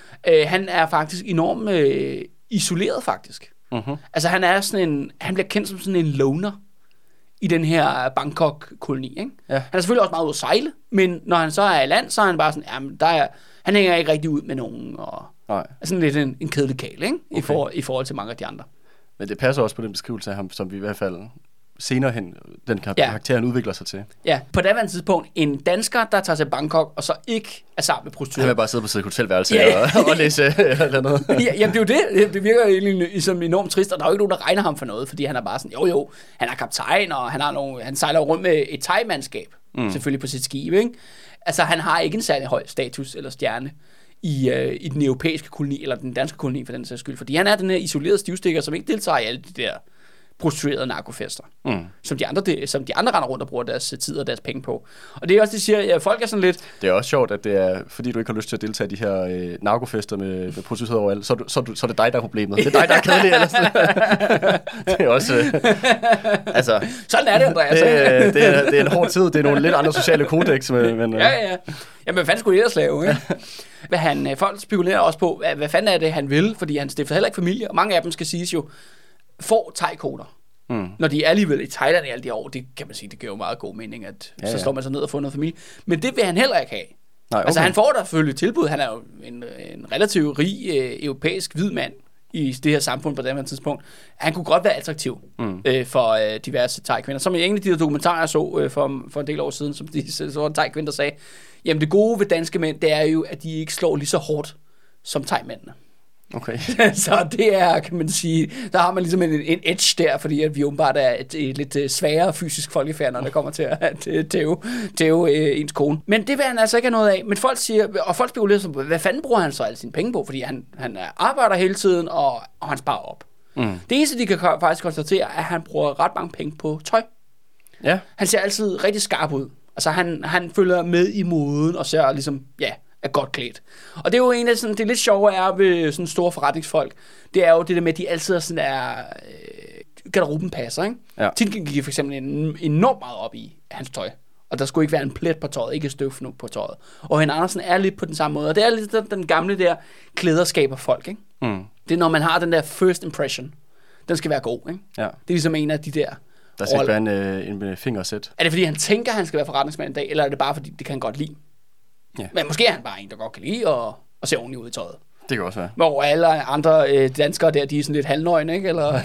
Han er faktisk enormt isoleret faktisk. Altså han bliver kendt som sådan en loner i den her Bangkok-koloni, ikke? Ja. Han er selvfølgelig også meget ude at sejle, men når han så er i land, så er han bare sådan, han hænger ikke rigtig ud med nogen, og er sådan lidt en kedelig kæl, ikke? Okay. I forhold til mange af de andre. Men det passer også på den beskrivelse af ham, som vi i hvert fald senere hen, den karakter, han udvikler sig til. Ja, på daværende tidspunkt, en dansker, der tager til Bangkok, og så ikke er sammen med prostituerede. Han vil bare sidde på sit hotelværelse og læse eller noget. Jamen, det er jo det. Det virker egentlig som enormt trist, og der er jo ikke nogen, der regner ham for noget, fordi han er bare sådan, jo, han er kaptajn, og han sejler rundt med et thai-mandskab, selvfølgelig på sit skib, ikke? Altså, han har ikke en særlig høj status eller stjerne i den europæiske koloni, eller den danske koloni for den sags skyld, fordi han er den her isolerede stivstikker, som ikke deltager i alle de der prostituerede narkofester, som de andre render rundt og bruger deres tid og deres penge på. Og det er også, de siger, at folk er sådan lidt... Det er også sjovt, at det er, fordi du ikke har lyst til at deltage i de her narkofester med prostituerede overalt, så er det dig, der er problemet. Det er dig, der er kedelig. Ellers. Det er også... altså... Sådan er det, Andreas. Det er en hård tid. Det er nogle lidt andre sociale kodex. Men, Ja. Jamen, hvad fanden skulle det ellers lave, ikke? Folk spekulerer også på, hvad fanden er det, han vil, fordi han stifter heller ikke familie, og mange af dem skal siges jo, får thai-koder. Når de er alligevel i Thailand i alle de år, det kan man sige, det giver jo meget god mening, at så slår man sig ned og får noget familie. Men det vil han heller ikke have. Nej, okay. Altså han får der selvfølgelig tilbud. Han er jo en relativt rig europæisk hvid mand i det her samfund på det tidspunkt. Han kunne godt være attraktiv for diverse thai-kvinder. Som en af de der dokumentarer, jeg så for en del år siden, som så var en thai-kvinder, der sagde, jamen det gode ved danske mænd, det er jo, at de ikke slår lige så hårdt som thai-mændene. Okay. Så det er, kan man sige, der har man ligesom en edge der, fordi at vi åbenbart er et lidt sværere fysisk folkefærd, når det kommer til at tæve ens kone. Men det vil han altså ikke have noget af. Men folk siger, og folk spekulerer som, hvad fanden bruger han så alle sine penge på? Fordi han arbejder hele tiden, og han sparer op. Det eneste, de kan faktisk konstatere, er, at han bruger ret mange penge på tøj. Ja. Han ser altid rigtig skarp ud. Altså han følger med i moden, og ser ligesom, er godt klædt. Og det er jo en af sådan, det lidt sjove er ved sådan store forretningsfolk, det er jo det der med, at de altid er garderoben passer, ikke? Ja. Tintin gik for eksempel enormt meget op i hans tøj. Og der skulle ikke være en plet på tøjet, ikke støvfnug på tøjet. Og Henning Andersen er lidt på den samme måde. Og det er lidt den gamle der klæder skaber folk, ikke? Det er når man har den der first impression. Den skal være god, ikke? Ja. Det er ligesom en af de der. Der skal ikke være en fingersæt. Er det fordi han tænker, at han skal være forretningsmand en dag, eller er det bare fordi det kan han godt lide? Ja. Men måske er han bare en, der godt kan lide og se ordentligt ud i tøjet. Det kan også være. Hvor alle andre danskere der, de er sådan lidt halvnøgne, ikke? Eller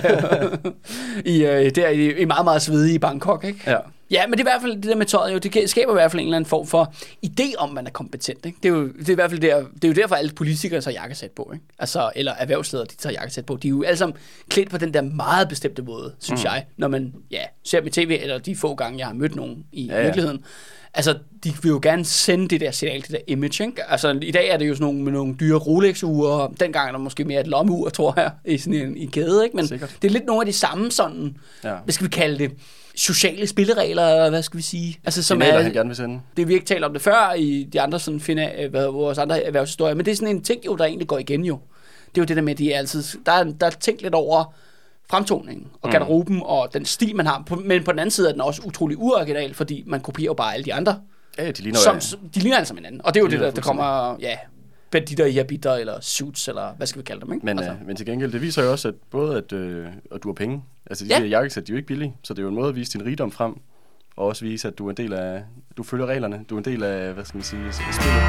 i meget, meget svedige i Bangkok, ikke? Ja. Ja, men det er i hvert fald det der med tøjet, jo, det skaber i hvert fald en eller anden form for idé om, man er kompetent, ikke? Det er i hvert fald det er jo derfor, alle politikere tager jakkesæt på, ikke? Altså, eller erhvervsledere, de tager jakkesæt på. De er jo alle sammen klædt på den der meget bestemte måde, synes jeg, når man ser dem i tv, eller de få gange, jeg har mødt nogen i virkeligheden. Altså, de vil jo gerne sende det der signal, det der image, ikke? Altså, i dag er det jo sådan nogle, med nogle dyre Rolex-ure, dengang er der måske mere et lommeur, tror jeg, i sådan en kæde, ikke? Men sikkert. Det er lidt nogle af de samme sådan, hvad skal vi kalde det, sociale spilleregler, eller hvad skal vi sige? Altså, som signaler, han gerne vil sende. Det vi ikke talt om det før i de andre sådan vores andre erhvervshistorier, men det er sådan en ting jo, der egentlig går igen jo. Det er jo det der med, at de er altid, der er tænkt lidt over fremtoningen og garderoben og den stil, man har. Men på den anden side er den også utrolig uoriginal, fordi man kopierer jo bare alle de andre. Ja, de ligner alle sammen hinanden. Og det er jo det, der kommer, banditter i habiter, eller suits, eller hvad skal vi kalde dem, ikke? Men til gengæld, det viser jo også, at både at du har penge. Altså, de her jakkesæt, de er jo ikke billige, så det er jo en måde at vise din rigdom frem, og også vise, at du er en del af, du følger reglerne, du er en del af, hvad skal man sige, spillet.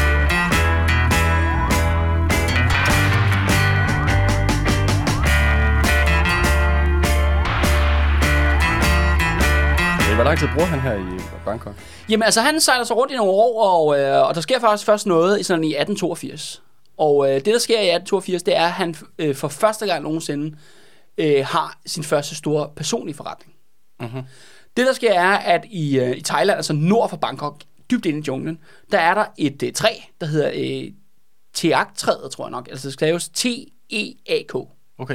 Hvor lang tid bruger han her i Bangkok? Jamen altså, han sejler sig rundt i nogle år, og der sker faktisk først noget i 1882. Og det, der sker i 1882, det er, at han for første gang nogensinde har sin første store personlige forretning. Mm-hmm. Det, der sker, er, at i Thailand, altså nord for Bangkok, dybt inde i junglen, der er der et træ, der hedder teak-træet, tror jeg nok. Altså det skrives T-E-A-K. Okay.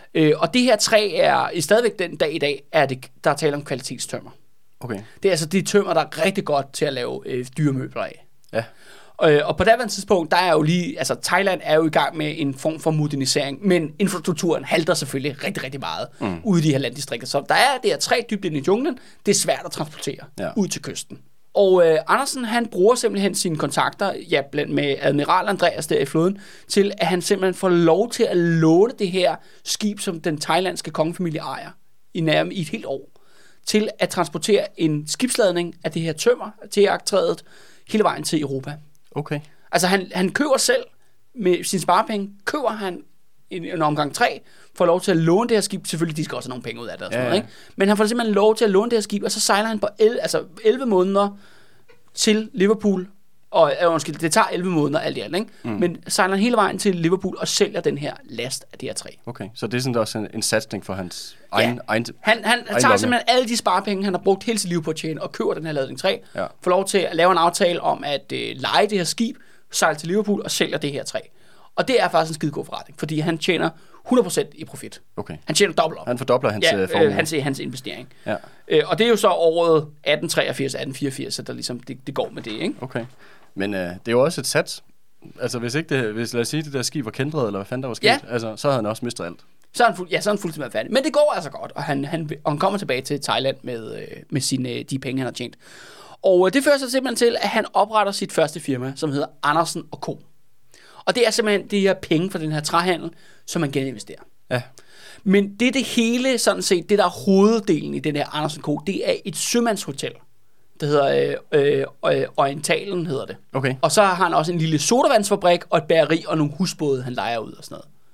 Og det her træ er stadigvæk den dag i dag, der er tale om kvalitetstømmer. Okay. Det er altså de tømmer, der er rigtig godt til at lave dyremøbler af. Ja. Og på det tidspunkt, der er jo lige, altså Thailand er jo i gang med en form for modernisering, men infrastrukturen halter selvfølgelig rigtig, rigtig meget ude i de her landdistrikter. Så der er det her træ dybt inde i junglen, det er svært at transportere ud til kysten. Og Andersen, han bruger simpelthen sine kontakter, blandt med admiral Andreas der i floden, til at han simpelthen får lov til at låne det her skib, som den thailandske kongefamilie ejer, i et helt år, til at transportere en skibsladning af det her tømmer til jagttræet hele vejen til Europa. Okay. Altså han køber selv med sin sparepenge, køber han en omgang træ, får lov til at låne det her skib. Selvfølgelig, de skal også have nogle penge ud af det. Og sådan noget, ikke? Men han får simpelthen lov til at låne det her skib, og så sejler han på 11 måneder til Liverpool. Og det tager 11 måneder alt i alt, ikke? Men sejler han hele vejen til Liverpool og sælger den her last af det her træ. Okay, så det er sådan også en satsning for hans egen Han tager simpelthen alle de sparepenge, han har brugt hele sit liv på at tjene, og køber den her ladning træ, får lov til at lave en aftale om at leje det her skib, sejle til Liverpool og sælger det her træ. Og det er faktisk en skidegod forretning, fordi han tjener 100% i profit. Okay. Han tjener dobbelt op. Han fordobler hans investering. Ja. Og det er jo så året 1883-1884, så der ligesom, det går med det, ikke? Okay. Men det er jo også et sats. Altså hvis lad os sige, det der skib var kændret, eller hvad fanden der var sket, altså, så havde han også mistet alt. Så er han fuldstændig færdig. Men det går altså godt, og han kommer tilbage til Thailand med de penge, han har tjent. Og det fører sig simpelthen til, at han opretter sit første firma, som hedder Andersen & Co. Og det er simpelthen de her penge fra den her træhandel, som man geninvesterer. Ja. Men det hele, sådan set, det der er hoveddelen i den her Andersen & Co., det er et sømandshotel. Det hedder Orientalen, hedder det. Okay. Og så har han også en lille sodavandsfabrik og et bageri og nogle husbåde, han lejer ud og sådan noget.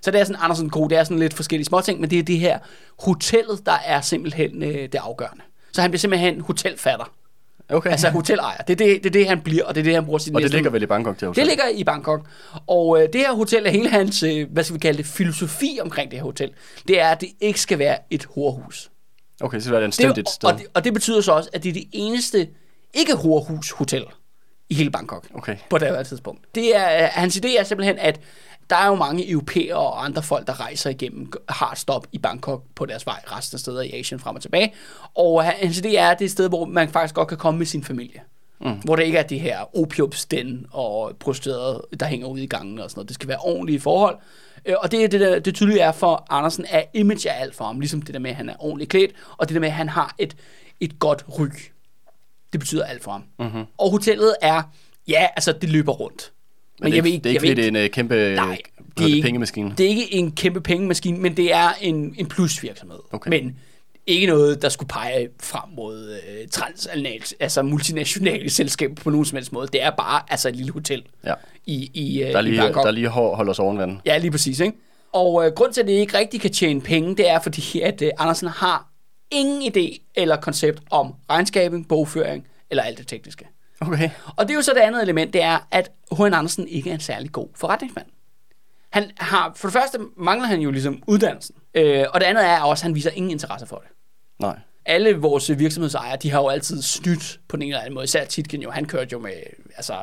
Så det er sådan Andersen Co., det er sådan lidt forskellige småting, men det er det her hotellet, der er simpelthen det afgørende. Så han bliver simpelthen hotelfatter. Okay. Altså hotelejer. Det er det, han bliver, og det er det, han bruger sin Og det ligger vel i Bangkok, det hotel? Det ligger i Bangkok. Og det her hotel er hele hans, hvad skal vi kalde det, filosofi omkring det her hotel. Det er, at det ikke skal være et horehus. Okay, så det er et anstændigt sted. Og det betyder så også, at det er det eneste ikke-horehus-hotel i hele Bangkok. Okay. På det her tidspunkt. Det er, hans idé er simpelthen, at der er jo mange europæere og andre folk, der rejser igennem, har stop i Bangkok på deres vej resten af steder i Asien frem og tilbage. Og hans idé er, at det er et sted, hvor man faktisk godt kan komme med sin familie. Hvor det ikke er det her opiumsden og prostituerede, der hænger ude i gangen og sådan noget. Det skal være ordentlige forhold. Og det er det, der, det tydelige er for Andersen, at image er alt for ham. Ligesom det der med, at han er ordentligt klædt, og det der med, at han har et godt ry. Det betyder alt for ham. Mm-hmm. Og hotellet er, ja, altså det løber rundt. Men det er ikke en kæmpe pengemaskine? Det er ikke en kæmpe pengemaskine, men det er en plusvirksomhed. Okay. Men ikke noget, der skulle pege frem mod altså multinationale selskaber på nogen som helst måde. Det er bare altså et lille hotel i Bangkok. Der lige holder os oven vandet. Ja, lige præcis. Ikke? Og grund til, at det ikke rigtig kan tjene penge, det er fordi, at Andersen har ingen idé eller koncept om regnskabing, bogføring eller alt det tekniske. Okay. Og det er jo så det andet element, det er, at H.N. Andersen ikke er en særlig god forretningsmand. Han har, for det første mangler han jo ligesom uddannelsen, og det andet er også, at han viser ingen interesse for det. Nej. Alle vores virksomhedsejere, de har jo altid snydt på den ene eller anden måde. Især Tietgen jo, han kørte jo med, altså,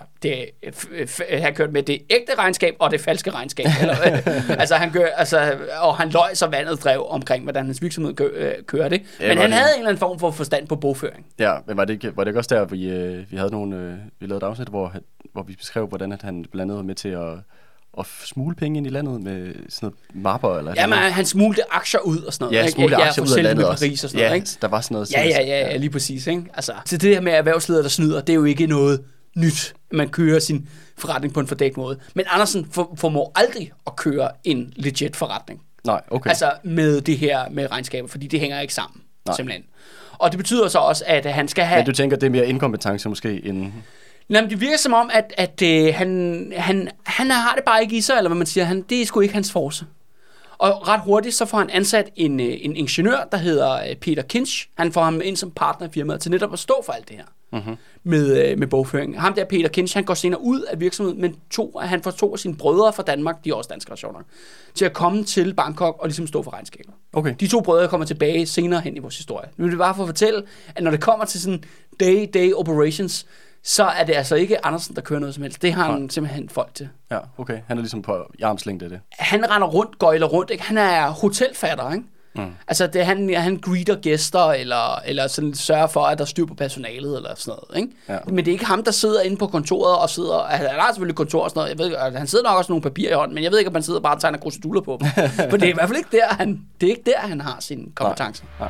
han kørte med det ægte regnskab og det falske regnskab. Altså, og han løj så vandet drev omkring, hvordan hans virksomhed kørte. Men han havde en eller anden form for forstand på bogføring. Ja, men var det ikke også der, vi havde vi lavede et afsnit, hvor vi beskrev, hvordan at han blandt andet var med til at smule penge ind i landet med sådan noget mapper eller ja, men han smulte aktier ud og sådan noget. Ja, smulte aktier ud af landet også. Paris og sådan noget, ikke? Der var sådan noget. Ja, lige præcis, ikke? Altså, så det her med erhvervsledere, der snyder, det er jo ikke noget nyt, at man kører sin forretning på en fordækt måde. Men Andersen formår aldrig at køre en legit forretning. Nej, okay. Altså med det her med regnskaber, fordi det hænger ikke sammen, simpelthen. Og det betyder så også, at han skal have... Men du tænker, det er mere inkompetence måske end... Jamen, det virker som om, at han har det bare ikke i sig, eller hvad man siger. Det er sgu ikke hans force. Og ret hurtigt, så får han ansat en ingeniør, der hedder Peter Kinch. Han får ham ind som partner i firmaet til netop at stå for alt det her med bogføring. Ham der, Peter Kinch, han går senere ud af virksomheden, men han får 2 af sine brødre fra Danmark, de er også danske nationer, til at komme til Bangkok og ligesom stå for regnskaber. Okay. De 2 brødre kommer tilbage senere hen i vores historie. Nu vil det bare for at fortælle, at når det kommer til sådan day operations, så er det altså ikke Andersen, der kører noget som helst. Det har han simpelthen folk til. Ja, okay. Han er ligesom på armslængde af det. Han render rundt, gøjler rundt, ikke? Han er hotelfatter, ikke? Altså, han greeter gæster, eller sådan sørger for, at der er styr på personalet, eller sådan noget, ikke? Ja. Men det er ikke ham, der sidder inde på kontoret og sidder... Han har selvfølgelig kontor og sådan noget. Jeg ved, han sidder nok også nogle papirer i hånden, men jeg ved ikke, om han sidder bare og tegner kruseduller på dem. For det er i hvert fald ikke der, han har sin kompetence. Nej.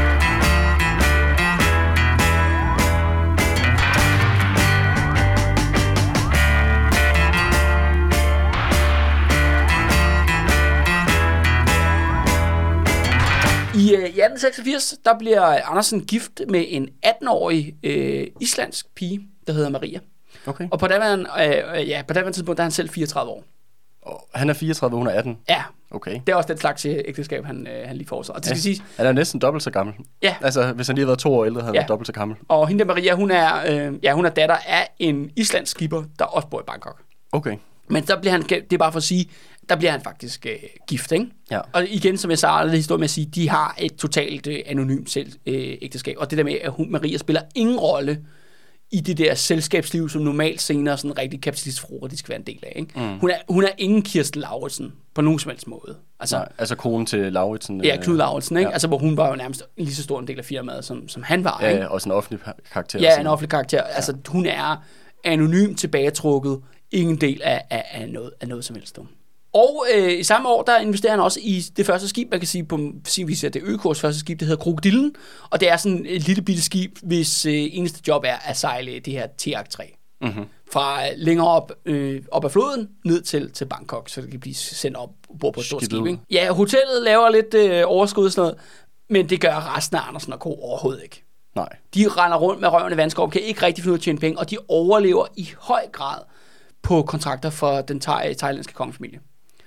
I 1886, der bliver Andersen gift med en 18-årig islandsk pige, der hedder Maria. Okay. Og på daværende tidspunkt, der er han selv 34 år. Han er 34, og hun er 18? Ja. Okay. Det er også den slags ægteskab, han lige får sig. Og det skal siges. Han er næsten dobbelt så gammel. Ja. Altså, hvis han lige har været 2 år ældre, havde han været dobbelt så gammel. Og hende der Maria, hun er datter af en islandsk skipper, der også bor i Bangkok. Okay. Men der bliver han, det er bare for at sige, der bliver han faktisk gift, ikke? Ja. Og igen, som jeg sagde, det historie med at sige, de har et totalt anonymt ægteskab. Og det der med, at Maria spiller ingen rolle i det der selskabsliv, som normalt senere sådan rigtig kapitalistfruer, de skal være en del af, ikke? Hun er ingen Kirsten Lauritsen på nogen som helst måde. Altså konen til Lauritsen? Ja, Knud Lauritsen, ikke? Ja. Altså, hvor hun var jo nærmest en lige så stor en del af firmaet, som han var, ikke? Ja, også en offentlig karakter. Ja, en offentlig karakter. Ja. Altså, hun er anonym tilbagetrukket, ingen del af noget som helst. Og i samme år, der investerer han også i det første skib, man kan sige på sin vis, at det er Økors første skib, det hedder Krokodillen, og det er sådan et lille bitte skib, hvis eneste job er at sejle det her Tiak 3. Mm-hmm. Fra længere op af floden, ned til Bangkok, så det kan blive sendt op bord på et stort skib. Ikke? Ja, hotellet laver lidt overskud og sådan noget, men det gør resten af Andersen og Co. overhovedet ikke. Nej. De render rundt med røven i vandskov, kan ikke rigtig finde ud af at tjene penge, og de overlever i høj grad på kontrakter for den thailandske kongefamilie.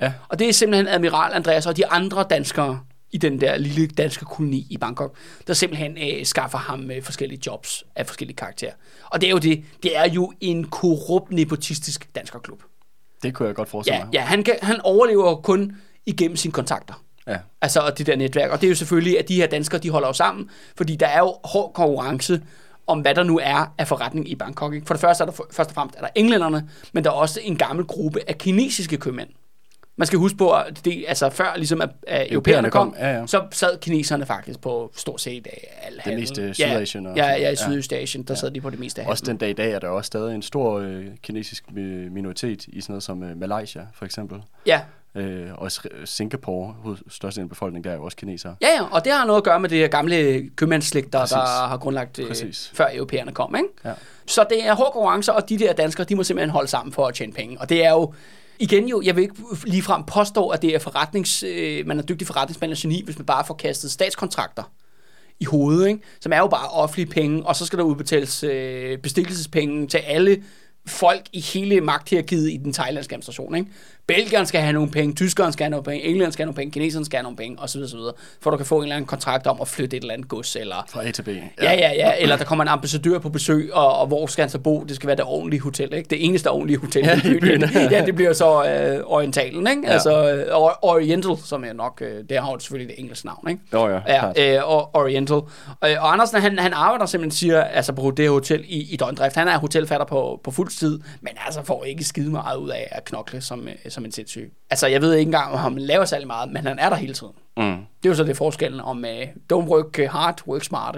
Ja. Og det er simpelthen Admiral Andreas og de andre danskere i den der lille danske koloni i Bangkok, der simpelthen skaffer ham forskellige jobs af forskellige karakterer. Og det er jo det. Det er jo en korrupt, nepotistisk danskerklub. Det kunne jeg godt forestille mig. Ja, han overlever kun igennem sine kontakter. Ja. Altså og det der netværk. Og det er jo selvfølgelig, at de her danskere, de holder jo sammen, fordi der er jo hård konkurrence om, hvad der nu er af forretning i Bangkok. Ikke? For det første er der først og fremmest er der englænderne, men der er også en gammel gruppe af kinesiske købmænd. Man skal huske på, at det, altså før ligesom at europæerne kom, så sad kineserne faktisk på stort set al handel. Det meste Sydasien. Ja, i Sydøstasien, der sad de på det meste af handel. Også den dag i dag er der også stadig en stor kinesisk minoritet i sådan noget som Malaysia, for eksempel. Ja. Og Singapore, størstedelen af befolkningen, der er jo også kinesere. Ja, og det har noget at gøre med det gamle købmandsslægter, der har grundlagt før europæerne kom, ikke? Ja. Så det er hård konkurrence, og de der danskere, de må simpelthen holde sammen for at tjene penge. Og det er jo igen jo, jeg vil ikke ligefrem påstå, at det er man er dygtig forretningsmand og geni, hvis man bare får kastet statskontrakter i hovedet, ikke? Som er jo bare offentlige penge, og så skal der udbetales bestikkelsespenge til alle folk i hele magthierarkiet i den thailandske administration, ikke? Belgierne skal have nogle penge, tyskerne skal have nogle penge, englænderne skal have nogle penge, kineserne skal have nogle penge, osv. For du kan få en eller anden kontrakt om at flytte et eller andet gods, eller fra A til B. Ja, eller der kommer en ambassadør på besøg, og hvor skal han så bo? Det skal være det ordentlige hotel, ikke? Det eneste ordentlige hotel i byen. Ja, det bliver så Orientalen, ikke? Ja. Altså Oriental, som er nok, det har jo selvfølgelig det engelske navn, ikke? Oriental. Og Andersen, han arbejder simpelthen, siger, altså på det hotel i døgndrift. Han er hotelfatter på fuld tid, men altså får ikke skide meget ud af at knokle som en sindssyg. Altså, jeg ved ikke engang, om han laver særlig meget, men han er der hele tiden. Mm. Det er jo så det forskellen om don't work hard, work smart,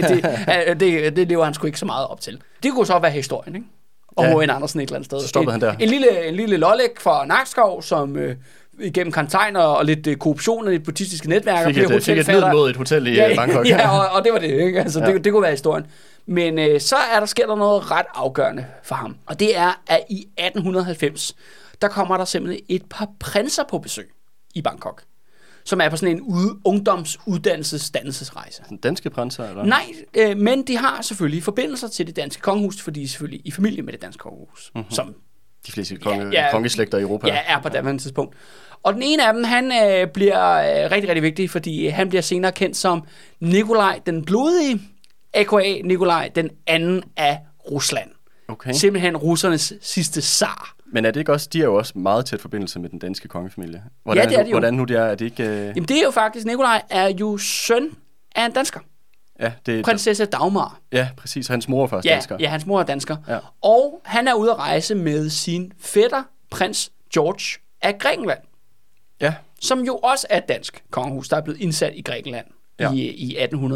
ikke? Det lever han sgu ikke så meget op til. Det kunne så være historien, ikke? Og H.N. Andersen et eller andet sted. Så stoppede han der. En lille lollæg fra Nakskov, som igennem kontegner og lidt korruption og lidt politiske netværker fik et ned mod et hotel i Bangkok. Og det var det, ikke? Altså, det kunne være historien. Men så sker der noget ret afgørende for ham. Og det er, at i 1890, der kommer der simpelthen et par prinser på besøg i Bangkok, som er på sådan en ungdomsuddannelsesrejse. Danske prinser, eller? Nej, men de har selvfølgelig forbindelser til det danske kongehus, fordi de er selvfølgelig i familie med det danske kongehus, som de fleste kongeslægter i Europa. Ja, er på daværende tidspunkt. Og den ene af dem, han bliver rigtig, rigtig vigtig, fordi han bliver senere kendt som Nikolaj den Blodige, a.k.a. Nikolaj den anden af Rusland. Okay. Simpelthen russernes sidste zar. Men er det ikke også, de er jo også meget tæt forbindelse med den danske kongefamilie. Det er det jo. Hvordan nu det er det ikke... Jamen det er jo faktisk, Nikolaj er jo søn af en dansker. Ja, det prinsesse Dagmar. Ja, præcis. Hans mor er først dansker. Ja, hans mor er dansker. Ja. Og han er ude at rejse med sin fætter, prins George af Grækenland. Ja. Som jo også er et dansk kongehus, der er blevet indsat i Grækenland. I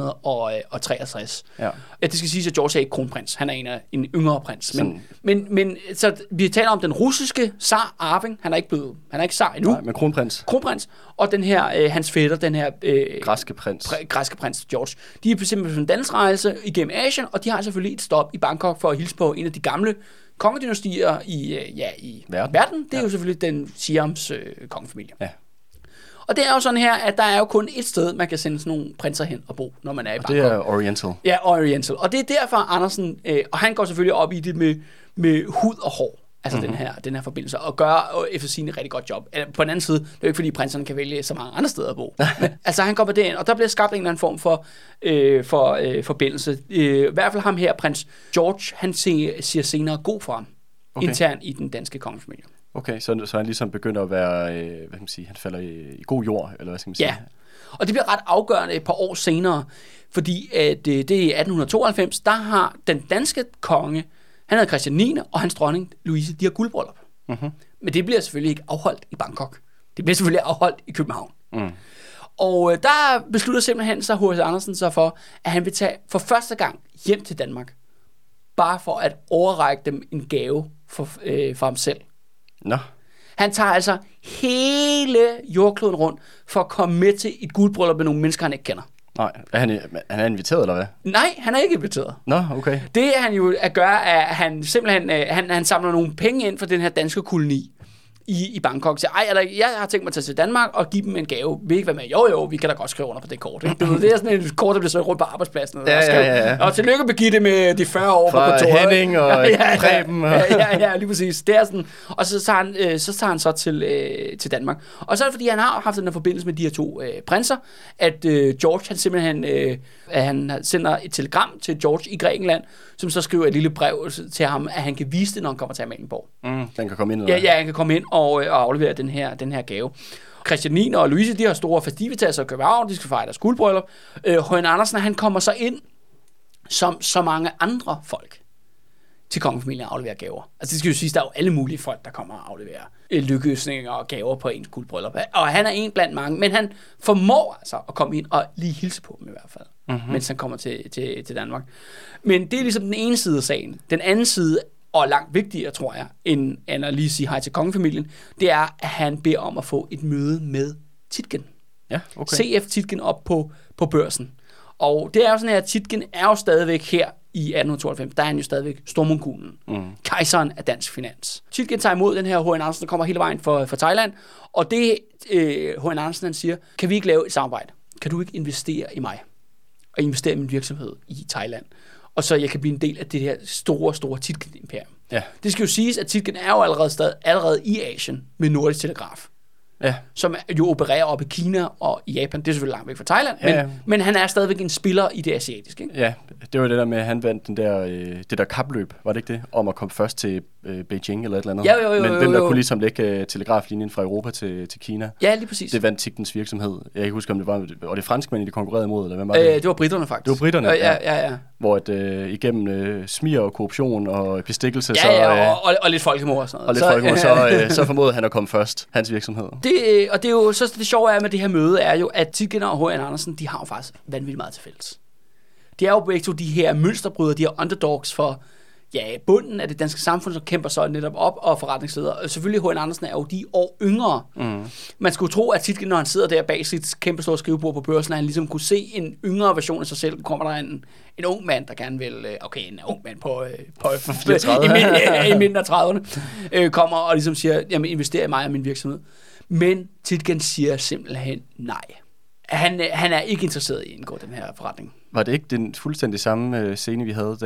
1863. Ja. Det skal siges, at George er ikke kronprins. Han er en yngre prins. Men så vi taler om den russiske zar Arving. Han er ikke zar endnu. Nej, men kronprins. Kronprins. Og den her, hans fætter, den her... græske prins George. De er simpelthen på en dansrejse igennem Asien, og de har selvfølgelig et stop i Bangkok for at hilse på en af de gamle kongedynastier i verden. Det er jo selvfølgelig den Siams kongefamilie. Ja. Og det er jo sådan her, at der er jo kun et sted, man kan sende sådan nogle prinser hen og bo, når man er i Bangkok. Og det er Oriental. Ja, Oriental. Og det er derfor, Andersen, og han går selvfølgelig op i det med hud og hår, altså den her forbindelse, og gør efter sin et rigtig godt job. På den anden side, det er jo ikke fordi prinserne kan vælge så mange andre steder at bo. Altså han går på det ind, og der bliver skabt en eller anden form for forbindelse. I hvert fald ham her, prins George, han siger senere god for ham, internt i den danske kongefamilie. Okay, så han ligesom begynder at være, hvad kan man sige, han falder i god jord, eller hvad skal man sige? Ja, og det bliver ret afgørende et par år senere, fordi at det er i 1892, der har den danske konge, han hedder Christian 9. og hans dronning Louise, de har guldbryllup. Mm-hmm. Men det bliver selvfølgelig ikke afholdt i Bangkok. Det bliver selvfølgelig afholdt i København. Mm. Og der beslutter simpelthen så H.C. Andersen sig for, at han vil tage for første gang hjem til Danmark, bare for at overrække dem en gave for ham selv. Nå. Han tager altså hele jordkloden rundt for at komme med til et guldbryllup med nogle mennesker, han ikke kender. Nej, han er inviteret, eller hvad? Nej, han er ikke inviteret. Nå, okay. Det han jo at gøre, er, at han simpelthen han samler nogle penge ind for den her danske koloni. i Bangkok. Så jeg har tænkt mig at tage til Danmark og give dem en gave. Vil ikke være med? Jo, vi kan da godt skrive under på det kort. Ikke? Det er sådan et kort, der bliver så rundt på arbejdspladsen. Ja. Og tillykke Birgitte med de 40 år på kontoret. Henning og Preben. Ja, lige præcis. Det er sådan. Og så tager han så til Danmark. Og så er det, fordi han har haft den her forbindelse med de her to prinser, at George, han simpelthen han sender et telegram til George i Grækenland, som så skriver et lille brev til ham, at han kan vise det, når han kommer til Amalienborg. Den kan komme ind. Eller? Ja, han kan komme ind og aflevere den her gave. Christian 9. og Louise, de har store festivitas i København, de skal fejre deres guldbryllup. H.N. Andersen, han kommer så ind, som så mange andre folk til kongefamilien afleverer gaver. Altså det skal jo sige, der er jo alle mulige folk, der kommer og afleverer lykkeøsninger og gaver på ens guldbryllup. Og han er en blandt mange, men han formår altså at komme ind og lige hilse på dem i hvert fald, mens han kommer til Danmark. Men det er ligesom den ene side af sagen. Den anden side, og langt vigtigere, tror jeg, end at lige sige hej til kongefamilien, det er, at han beder om at få et møde med Tietgen. Ja, okay. CF Tietgen op på børsen. Og det er jo sådan her, at Tietgen er jo stadigvæk her i 1892, der er han jo stadigvæk stormongulen, kejseren af dansk finans. Tietgen tager imod den her H.N. Andersen, der kommer hele vejen fra Thailand, og det H.N. Andersen han siger, kan vi ikke lave et samarbejde? Kan du ikke investere i mig? Og investere i min virksomhed i Thailand? Og så jeg kan blive en del af det her store Tietgen-imperium. Ja. Det skal jo siges, at Tietgen er jo allerede i Asien med Nordisk Telegraf. Ja. Som jo opererer op i Kina og i Japan. Det er selvfølgelig langt væk fra Thailand, men han er stadigvæk en spiller i det asiatiske. Ikke? Ja, det var det der med, at han vandt det der kapløb, var det ikke det? Om at komme først til Beijing eller et eller andet. Jo, men hvem der kunne ligesom lægge telegraflinjen fra Europa til Kina. Ja, lige præcis. Det vandt Tietgens virksomhed. Jeg kan ikke huske, om det var det franskmænd, de konkurrerede imod, eller hvem var det? Det var britterne faktisk. Det var britterne, ja. Hvor igennem smir og korruption og bestikkelse, og lidt folkemord og sådan noget. Så formåede han at komme først, hans virksomhed. Og det er jo så det sjove er med det her møde, er jo, at Tietgen og H.N. Andersen, de har jo faktisk vanvittigt meget til fælles. De er jo begge to de her mønsterbrydere, de her underdogs for bunden af det danske samfund, som kæmper så netop op og forretningsledere. Og selvfølgelig H.N. Andersen er jo de år yngre. Man skulle tro, at Tietgen, når han sidder der bag sit kæmpe store skrivebord på børsen, at han ligesom kunne se en yngre version af sig selv. Kommer der en ung mand, der gerne vil, en ung mand i midten af 30'erne, kommer og ligesom siger, jamen invester i mig og min virksomhed. Men Tietgen siger simpelthen nej. Han er ikke interesseret i at indgå den her forretning. Var det ikke den fuldstændig samme scene, vi havde,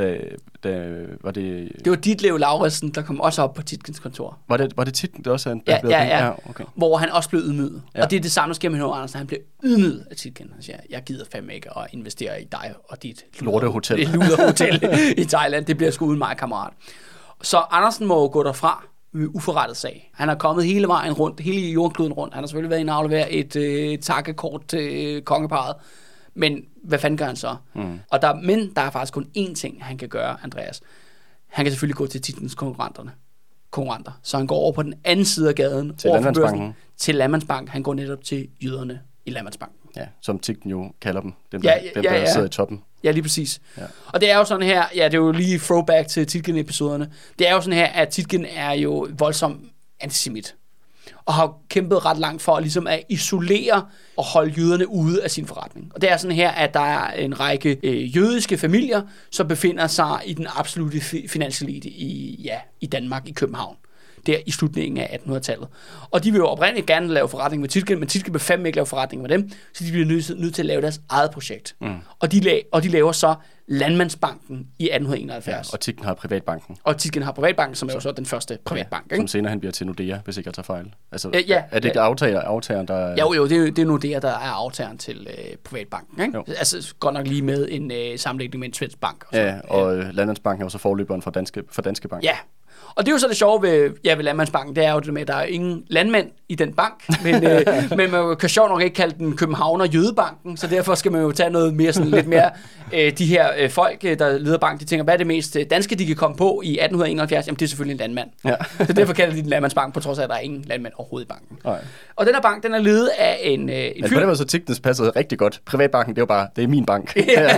da var det... Det var Ditlev Lauritsen, der kom også op på Tietgens kontor. Var det Tietgen, der også blev okay. Hvor han også blev ydmyget. Ja. Og det er det samme, der sker med H. Andersen. Han blev ydmyget af Tietgen. Han siger, jeg gider fandme ikke at investere i dig og dit luderhotel i Thailand. Det bliver sgu uden mig, kammerat. Så Andersen må gå derfra med uforrettet sag. Han har kommet hele vejen rundt, hele jordkloden rundt. Han har selvfølgelig været inde og aflevere et takkekort til kongeparret. Men hvad fanden gør han så? Og der er faktisk kun én ting, han kan gøre, Andreas. Han kan selvfølgelig gå til Tietgens konkurrenter. Så han går over på den anden side af gaden. Til Landmandsbanken. Til Landmandsbanken. Han går netop til jyderne i Landmandsbanken. Ja, som Tietgen jo kalder dem. Dem, der sidder i toppen. Ja, lige præcis. Ja. Og det er jo sådan her, det er jo lige throwback til Tietgen-episoderne. Det er jo sådan her, at Tietgen er jo voldsom antisemit. Og har kæmpet ret langt for ligesom at isolere og holde jøderne ude af sin forretning. Og det er sådan her, at der er en række jødiske familier, som befinder sig i den absolute finanselite i Danmark, i København. Der i slutningen af 1800-tallet. Og de vil jo oprindeligt gerne lave forretning med Tietgen, men Tietgen vil fandme ikke lave forretning med dem, så de bliver nødt til at lave deres eget projekt. Og de laver så Landmandsbanken i 1871. Ja, og Tietgen har Privatbanken. Og Tietgen har Privatbanken, som er jo så den første privatbank. Ikke? Som senere han bliver til Nordea, hvis ikke jeg tager fejl. Altså, er det ikke aftageren, der... Jo, det er Nordea, der er aftageren til Privatbanken. Ikke? Altså godt nok lige med en sammenlægning med en svensk bank. Og Landmandsbanken er jo så forløberen for Danske Bank. Ja. Og det er jo så det sjove ved Landmandsbanken, det er jo det med, at der er ingen landmænd i den bank, men man kan sjovt nok ikke kalde den Københavner Jødebanken, så derfor skal man jo tage noget mere sådan lidt mere, de her folk, der leder banken, de tænker, hvad er det mest danske, de kan komme på i 1871? Jamen det er selvfølgelig en landmand. Ja. Så derfor kalder de den Landmandsbank, på trods af, at der er ingen landmand overhovedet i banken. Nej. Og den her bank, den er ledet af en fyr. På den måde så Tietgens passede rigtig godt. Privatbanken, det er min bank.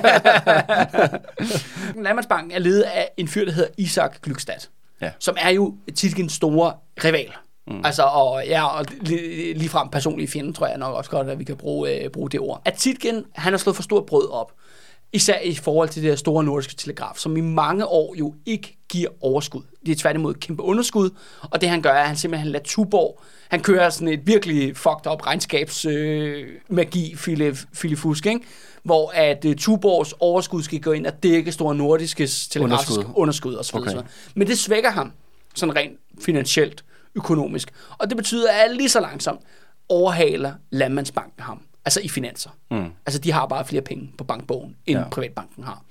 Landmandsbanken er ledet af en fyr, der hedder Isak Glückstadt. Ja. Som er jo Tietgens store rival. Altså, og ligefrem personlige fjende, tror jeg nok også godt, at vi kan bruge det ord. At Tietgen, han har slået for stort brød op. Især i forhold til det her store nordiske telegraf, som i mange år jo ikke giver overskud. Det er tværtimod et kæmpe underskud, og det han gør, er, at han simpelthen lader Tuborg, han kører sådan et virkelig fucked up regnskabsmagi, filifusk, ikke? Hvor at Tuborgs overskud skal gå ind og dække store nordiske telegrafiske underskud og så videre. Okay. Men det svækker ham, sådan rent finansielt, økonomisk. Og det betyder, at lige så langsomt overhaler Landmandsbanken ham. Altså i finanser. Altså de har bare flere penge på bankbogen, end privatbanken har.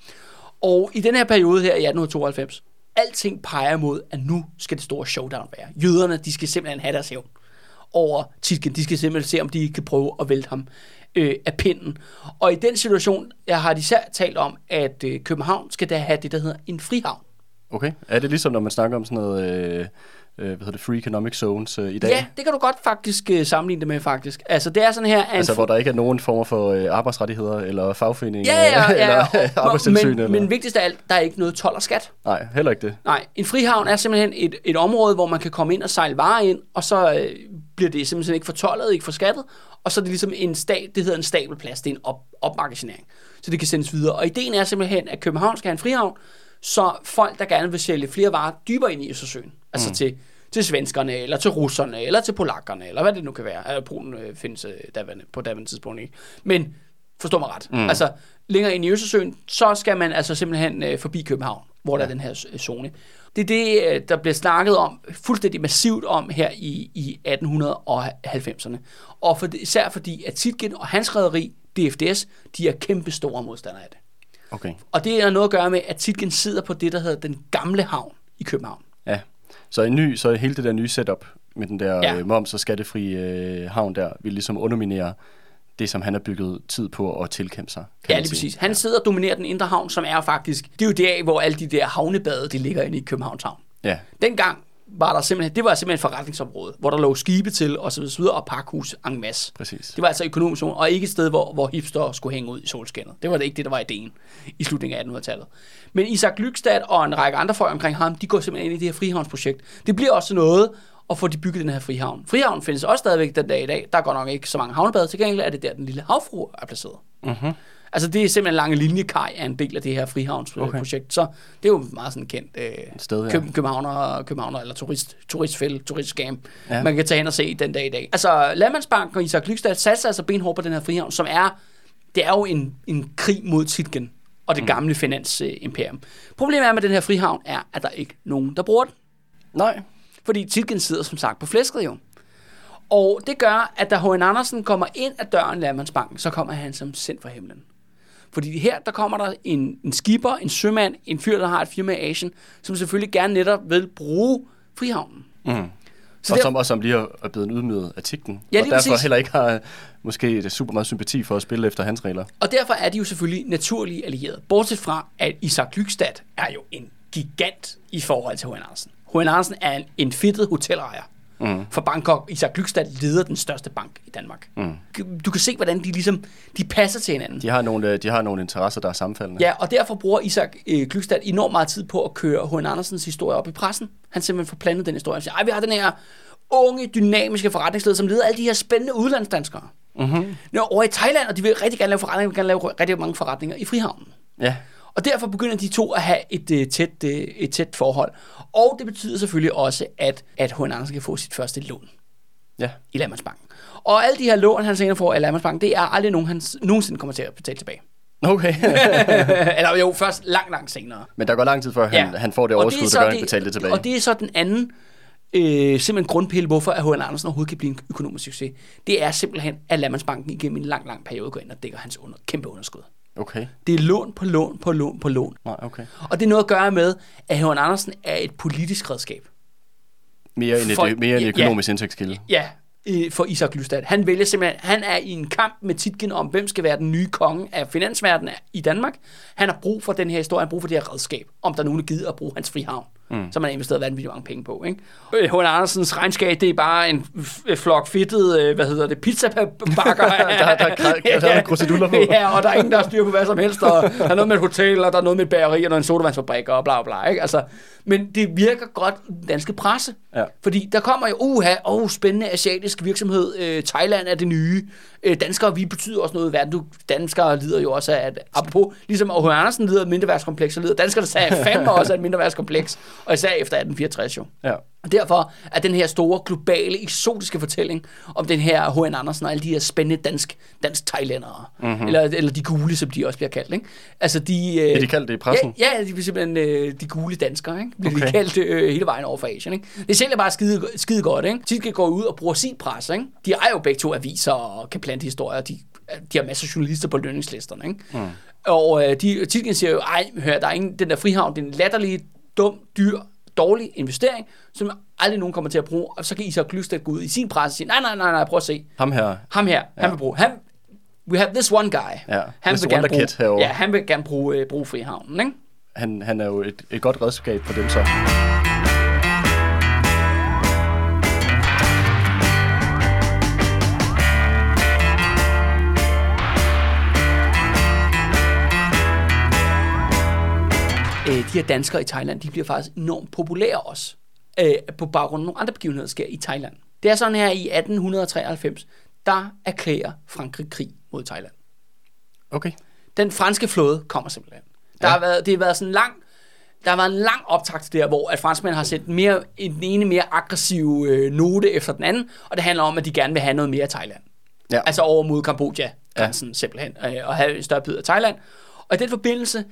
Og i den her periode her i 1892, alting peger mod, at nu skal det store showdown være. Jøderne, de skal simpelthen have deres hævn over Tietgen. De skal simpelthen se, om de kan prøve at vælte ham af pinden. Og i den situation har de især talt om, at København skal da have det, der hedder en frihavn. Okay. Er det ligesom, når man snakker om sådan noget... free economic zones i dag? Ja, det kan du godt faktisk sammenligne det med, faktisk. Altså, det er sådan her... Altså, hvor der ikke er nogen former for arbejdsrettigheder, eller fagforening, eller arbejdstilsyn. Men vigtigst af alt, der er ikke noget told og skat. Nej, heller ikke det. Nej, en frihavn er simpelthen et område, hvor man kan komme ind og sejle varer ind, og så bliver det simpelthen ikke fortoldet, ikke forskattet, og så er det ligesom det hedder en stabelplads, det er en opmagasinering, så det kan sendes videre. Og ideen er simpelthen, at København skal have en frihavn, så folk, der gerne vil sælge flere varer dybere ind i Østersøen, altså til svenskerne, eller til russerne, eller til polakkerne, eller hvad det nu kan være. Polen findes på daværende tidspunkt ikke. Men forstå mig ret. Altså, længere ind i Østersøen, så skal man altså simpelthen forbi København, hvor der er den her zone. Det er det, der bliver snakket om, fuldstændig massivt om her i 1890'erne. Og især fordi, at Tietgen og hans rederi, DFDS, de er kæmpe store modstandere af det. Okay. Og det er noget at gøre med, at Tietgen sidder på det, der hedder den gamle havn i København. Ja, så hele det der nye setup med den der moms- og skattefri havn der, vil ligesom underminere det, som han har bygget tid på at tilkæmpe sig. Ja, lige præcis. Han sidder og dominerer den indre havn, som er faktisk, det er jo der, hvor alle de der havnebade, de ligger inde i Københavns havn. Ja. Dengang var der simpelthen et forretningsområde, hvor der lå skibe til, og så videre, og pakhus en masse. Præcis. Det var altså økonomisk zone, og ikke et sted, hvor hipster skulle hænge ud i solskinnet. Det var det ikke det, der var ideen i slutningen af 1800-tallet. Men Isak Lykstad og en række andre folk omkring ham, de går simpelthen ind i det her frihavnsprojekt. Det bliver også noget at få de bygget den her frihavn. Frihavnen findes også stadigvæk den dag i dag. Der er godt nok ikke så mange havnebade. Til gengæld er det der, den lille havfrue er placeret. Mm-hmm. Altså det er simpelthen Lange Linjekaj er en del af det her frihavnsprojekt. Så det er jo meget sådan kendt sted, københavner eller turistskam. Ja. Man kan tage hen og se den dag i dag. Altså Landmandsbanken og Isak Lykstad satser altså benhårdt på den her frihavn, som det er jo en krig mod Tietgen og det gamle finansimperium. Problemet er med den her frihavn er, at der ikke er nogen, der bruger den. Nej. Fordi Tietgen sidder som sagt på flæsket jo. Og det gør, at da H.N. Andersen kommer ind ad døren i Landmandsbanken, så kommer han som sendt fra himlen. Fordi her, der kommer der en skipper, en sømand, en fyr, der har et firma i Asien, som selvfølgelig gerne netop vil bruge frihavnen. Som lige er blevet ydmyget af Tietgen, ja, og derfor heller ikke har måske super meget sympati for at spille efter hans regler. Og derfor er de jo selvfølgelig naturlige allierede. Bortset fra, at Isak Lykstad er jo en gigant i forhold til H.N. Andersen. H.N. Andersen er en fedtet hotelejer. For Bangkok. Isak Lykstad leder den største bank i Danmark. Du kan se, hvordan de passer til hinanden. De har nogle interesser, der er sammenfaldende. Ja, og derfor bruger Isak Lykstad enormt meget tid på at køre H.N. Andersens historie op i pressen. Han simpelthen får plantet den historie. Han siger, vi har den her unge, dynamiske forretningsleder, som leder alle de her spændende udlandsdanskere. Over i Thailand, og de vil rigtig gerne lave forretninger, de vil gerne lave rigtig mange forretninger i Frihavnen. Ja. Og derfor begynder de to at have et tæt forhold. Og det betyder selvfølgelig også, at H.N. Andersen kan få sit første lån i Landmandsbanken. Og alle de her lån, han senere får af Landmandsbanken, det er aldrig nogen, han nogensinde kommer til at betale tilbage. Okay. Eller jo, først langt senere. Men der går lang tid før, han får det overskud, der gør, han betaler det tilbage. Og det er så den anden simpelthen grundpille, hvorfor at H.N. Andersen overhovedet kan blive en økonomisk succes. Det er simpelthen, at Landmandsbanken igennem en lang periode går ind og dækker hans kæmpe underskud. Okay. Det er lån på lån på lån på lån. Nej, okay. Og det er noget at gøre med, at H.N. Andersen er et politisk redskab. Mere end økonomisk indtægtskilde. Ja, for Isak Lykstad. Han vælger simpelthen, han er i en kamp med Tietgen om, hvem skal være den nye konge af finansverdenen i Danmark. Han har brug for den her historie, han har brug for det her redskab, om der er nogen, der gider at bruge hans frihavn. som man har investeret vanvittigt mange penge på. H.N. Andersens regnskab, det er bare en flok fedtede, pizzabakker. der er kruseduller på. Ja, og der er ingen, der har styr på hvad som helst, og der er noget med et hotel, og der er noget med et bageri, og noget en sodavandsfabrik, og bla bla, ikke? Altså, men det virker godt i den danske presse, fordi der kommer jo, spændende asiatisk virksomhed, Thailand er det nye, danskere, vi betyder også noget i verden, danskere lider jo også af, at apropos, ligesom H.N. Andersen lider af et mindreværdskompleks, så lider danskere, der sagde fandme også af et mindreværdskompleks, og især efter 1864 jo. Ja. Og derfor er den her store, globale, eksotiske fortælling om den her H.N. Andersen og alle de her spændende dansk-thailændere, eller de gule, som de også bliver kaldt, ikke? Altså de kaldt det i pressen? Ja, de bliver simpelthen de gule danskere, ikke? Bliver de kaldt hele vejen over for Asien, ikke? Det sælger bare skide godt, ikke? Tidligere går ud og bruger sin presse, ikke? De ejer jo begge to aviser og kan plante historier, de har masser af journalister på lønningslisterne, ikke? Og Tidligere siger jo, hør, der er ingen, den der Frihavn, det er en latterlig, dum, dyr, dårlig investering, som aldrig nogen kommer til at bruge, og så kan Isak Glückstedt gå ud i sin presse og sige, nej, prøv at se. Ham her, han vil bruge. We have this one guy. Ja, han vil gerne bruge Frihavnen, ikke? Han er jo et godt redskab for dem så. De her danskere i Thailand, de bliver faktisk enormt populære også, på baggrund af nogle andre begivenheder, der sker i Thailand. Det er sådan her i 1893, der erklærer Frankrig krig mod Thailand. Okay. Den franske flåde kommer simpelthen. Der har været en lang optakt der, hvor at franskmænd har sendt den ene mere aggressive note efter den anden, og det handler om, at de gerne vil have noget mere af Thailand. Ja. Altså over mod Kambodja-grænsen simpelthen, og have en større bid af Thailand. Og i den forbindelse,